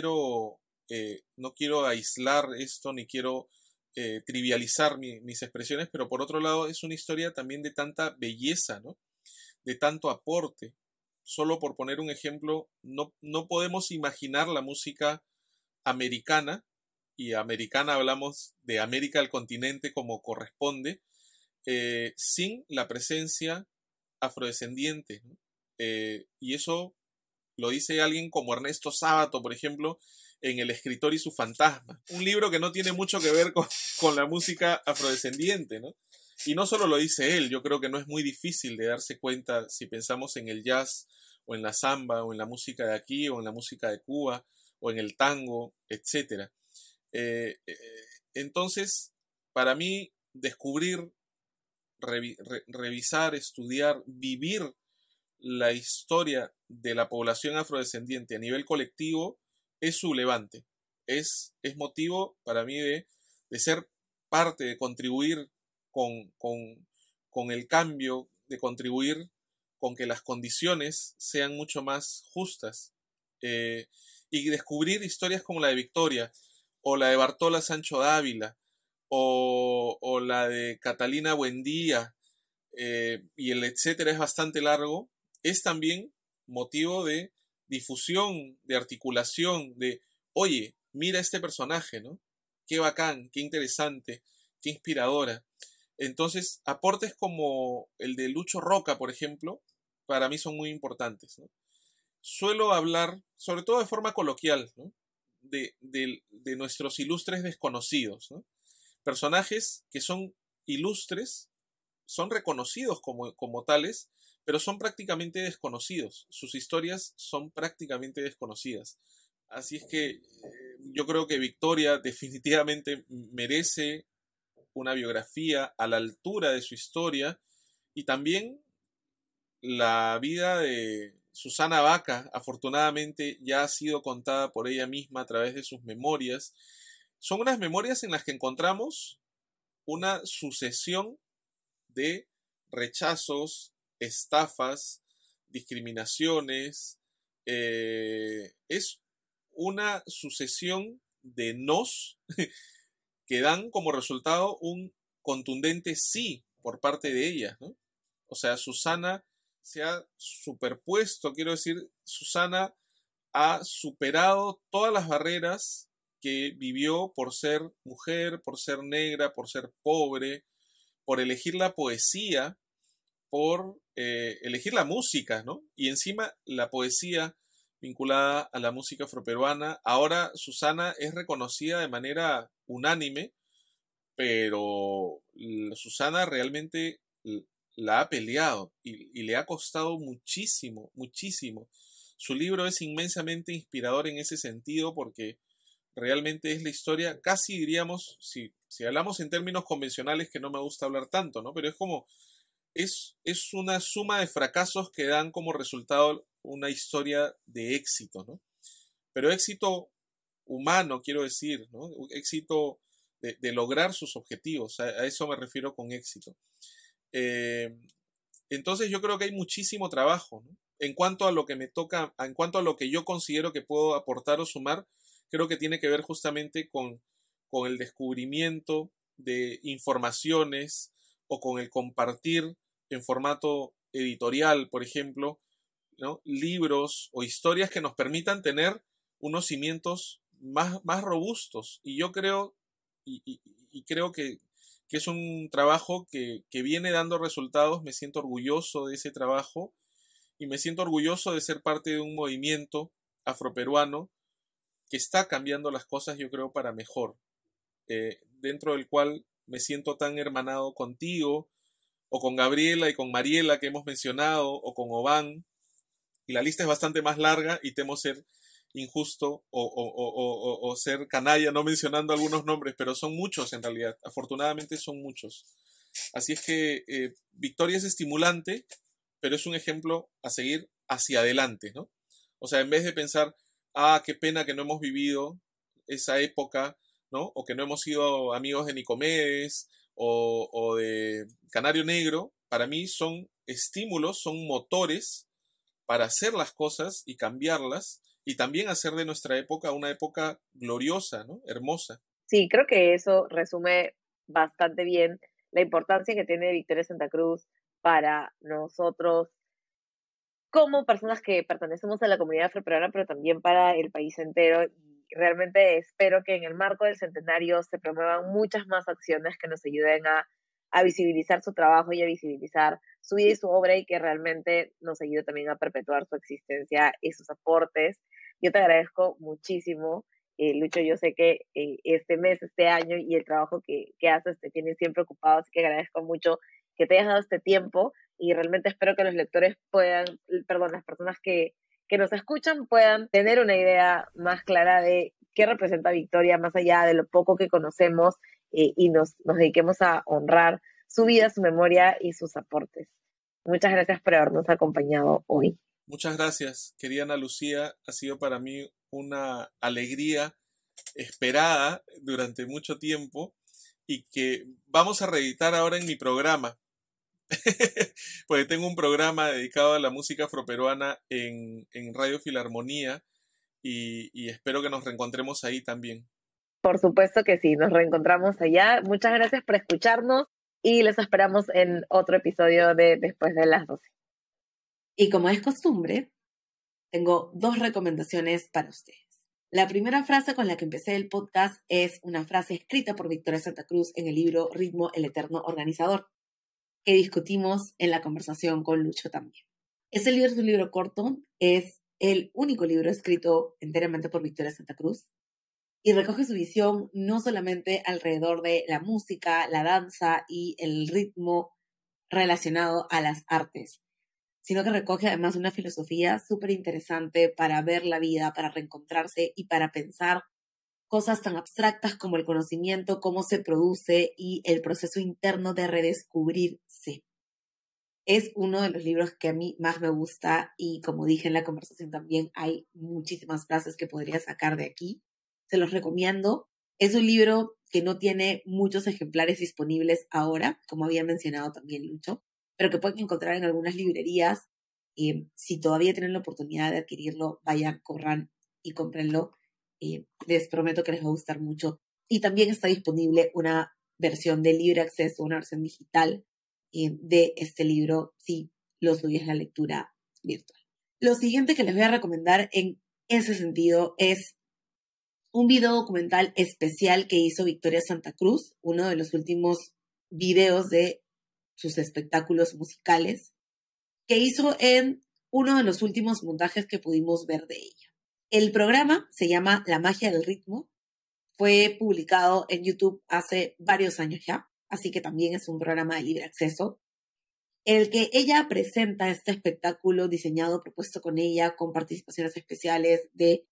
no quiero aislar esto, ni quiero trivializar mis expresiones, pero por otro lado es una historia también de tanta belleza, ¿no? De tanto aporte. Solo por poner un ejemplo, no podemos imaginar la música americana y americana hablamos de América al continente como corresponde, sin la presencia afrodescendiente, ¿no? Y eso lo dice alguien como Ernesto Sábato, por ejemplo, en El escritor y su fantasma. Un libro que no tiene mucho que ver con la música afrodescendiente, ¿no? Y no solo lo dice él, yo creo que no es muy difícil de darse cuenta si pensamos en el jazz o en la samba o en la música de aquí o en la música de Cuba o en el tango, etc. Entonces, para mí, descubrir, revisar, estudiar, vivir la historia de la población afrodescendiente a nivel colectivo es sublevante. Es motivo para mí de ser parte, de contribuir con el cambio, de contribuir con que las condiciones sean mucho más justas. Y descubrir historias como la de Victoria, o la de Bartola Sancho Dávila, o la de Catalina Buendía, y el etcétera es bastante largo, es también motivo de difusión, de articulación, de, oye, mira este personaje, ¿no? Qué bacán, qué interesante, qué inspiradora. Entonces, aportes como el de Lucho Roca, por ejemplo, para mí son muy importantes, ¿no? Suelo hablar, sobre todo de forma coloquial, ¿no? de nuestros ilustres desconocidos, ¿no? Personajes que son ilustres, son reconocidos como tales, pero son prácticamente desconocidos. Sus historias son prácticamente desconocidas. Así es que yo creo que Victoria definitivamente merece una biografía a la altura de su historia, y también la vida de Susana Baca, afortunadamente, ya ha sido contada por ella misma a través de sus memorias. Son unas memorias en las que encontramos una sucesión de rechazos, estafas, discriminaciones. Es una sucesión de nos que dan como resultado un contundente sí por parte de ella, ¿no? O sea, Susana se ha superpuesto, quiero decir, Susana ha superado todas las barreras que vivió por ser mujer, por ser negra, por ser pobre, por elegir la poesía, por elegir la música, ¿no? Y encima la poesía vinculada a la música afroperuana. Ahora Susana es reconocida de manera unánime, pero Susana realmente la ha peleado y le ha costado muchísimo, muchísimo. Su libro es inmensamente inspirador en ese sentido, porque realmente es la historia, casi diríamos, si hablamos en términos convencionales, que no me gusta hablar tanto, ¿no? Pero es como, es una suma de fracasos que dan como resultado una historia de éxito, ¿no? Pero éxito humano, quiero decir, ¿no? Éxito de lograr sus objetivos, a eso me refiero con éxito. Entonces yo creo que hay muchísimo trabajo, ¿no? En cuanto a lo que me toca, en cuanto a lo que yo considero que puedo aportar o sumar, creo que tiene que ver justamente con el descubrimiento de informaciones, o con el compartir en formato editorial, por ejemplo, ¿no? Libros o historias que nos permitan tener unos cimientos más robustos. Y yo creo, y creo que es un trabajo que viene dando resultados. Me siento orgulloso de ese trabajo y me siento orgulloso de ser parte de un movimiento afroperuano que está cambiando las cosas, yo creo, para mejor, dentro del cual me siento tan hermanado contigo, o con Gabriela y con Mariela, que hemos mencionado, o con Oban, y la lista es bastante más larga y temo ser injusto o ser canalla no mencionando algunos nombres, pero son muchos en realidad, afortunadamente son muchos. Así es que Victoria es estimulante, pero es un ejemplo a seguir hacia adelante, ¿no? O sea, en vez de pensar, qué pena que no hemos vivido esa época, ¿no? O que no hemos sido amigos de Nicomedes o de Canario Negro, para mí son estímulos, son motores para hacer las cosas y cambiarlas, y también hacer de nuestra época una época gloriosa, ¿no? Hermosa. Sí, creo que eso resume bastante bien la importancia que tiene Victoria Santa Cruz para nosotros como personas que pertenecemos a la comunidad afroperuana, pero también para el país entero. Y realmente espero que en el marco del centenario se promuevan muchas más acciones que nos ayuden a visibilizar su trabajo y a visibilizar su vida y su obra, y que realmente nos ayude también a perpetuar su existencia y sus aportes. Yo te agradezco muchísimo, Lucho. Yo sé que este mes, este año y el trabajo que haces te tiene siempre ocupado, así que agradezco mucho que te hayas dado este tiempo, y realmente espero que los lectores las personas que nos escuchan puedan tener una idea más clara de qué representa Victoria, más allá de lo poco que conocemos, y nos dediquemos a honrar su vida, su memoria y sus aportes. Muchas gracias por habernos acompañado hoy. Muchas gracias, querida Ana Lucía. Ha sido para mí una alegría esperada durante mucho tiempo y que vamos a reeditar ahora en mi programa. Porque tengo un programa dedicado a la música afroperuana en Radio Filarmonía y espero que nos reencontremos ahí también. Por supuesto que sí, nos reencontramos allá. Muchas gracias por escucharnos y les esperamos en otro episodio de Después de las 12. Y como es costumbre, tengo 2 recomendaciones para ustedes. La primera frase con la que empecé el podcast es una frase escrita por Victoria Santa Cruz en el libro Ritmo, el Eterno Organizador, que discutimos en la conversación con Lucho también. Este libro es un libro corto, es el único libro escrito enteramente por Victoria Santa Cruz y recoge su visión no solamente alrededor de la música, la danza y el ritmo relacionado a las artes, sino que recoge además una filosofía súper interesante para ver la vida, para reencontrarse y para pensar cosas tan abstractas como el conocimiento, cómo se produce y el proceso interno de redescubrirse. Es uno de los libros que a mí más me gusta y, como dije en la conversación también, hay muchísimas frases que podría sacar de aquí. Se los recomiendo. Es un libro que no tiene muchos ejemplares disponibles ahora, como había mencionado también Lucho, pero que pueden encontrar en algunas librerías. Si todavía tienen la oportunidad de adquirirlo, vayan, corran y cómprenlo. Les prometo que les va a gustar mucho. Y también está disponible una versión de libre acceso, una versión digital de este libro, si lo suyo es la lectura virtual. Lo siguiente que les voy a recomendar en ese sentido es un video documental especial que hizo Victoria Santa Cruz, uno de los últimos videos de sus espectáculos musicales, que hizo en uno de los últimos montajes que pudimos ver de ella. El programa se llama La Magia del Ritmo, fue publicado en YouTube hace varios años ya, así que también es un programa de libre acceso, en el que ella presenta este espectáculo diseñado, propuesto con ella, con participaciones especiales de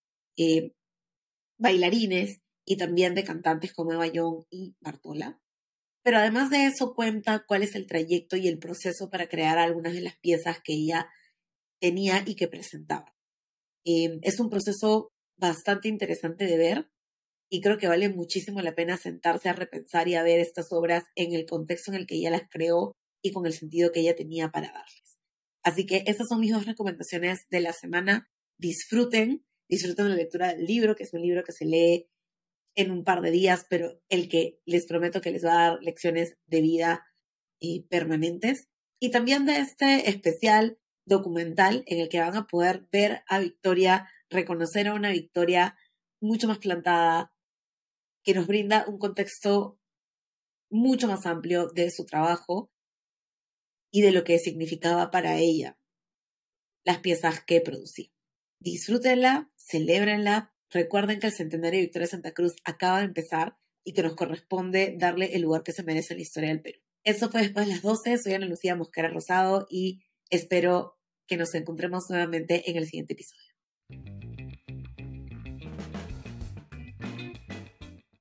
bailarines y también de cantantes como Eva Young y Bartola. Pero además de eso cuenta cuál es el trayecto y el proceso para crear algunas de las piezas que ella tenía y que presentaba. Es un proceso bastante interesante de ver y creo que vale muchísimo la pena sentarse a repensar y a ver estas obras en el contexto en el que ella las creó y con el sentido que ella tenía para darles. Así que esas son mis 2 recomendaciones de la semana. Disfruten de la lectura del libro, que es un libro que se lee en un par de días, pero el que les prometo que les va a dar lecciones de vida permanentes. Y también de este especial documental en el que van a poder ver a Victoria, reconocer a una Victoria mucho más plantada, que nos brinda un contexto mucho más amplio de su trabajo y de lo que significaba para ella las piezas que producía. Disfrútenla, celébrenla, recuerden que el centenario de Victoria Santa Cruz acaba de empezar y que nos corresponde darle el lugar que se merece en la historia del Perú. Eso fue Después de las 12, soy Ana Lucía Mosquera Rosado y espero que nos encontremos nuevamente en el siguiente episodio.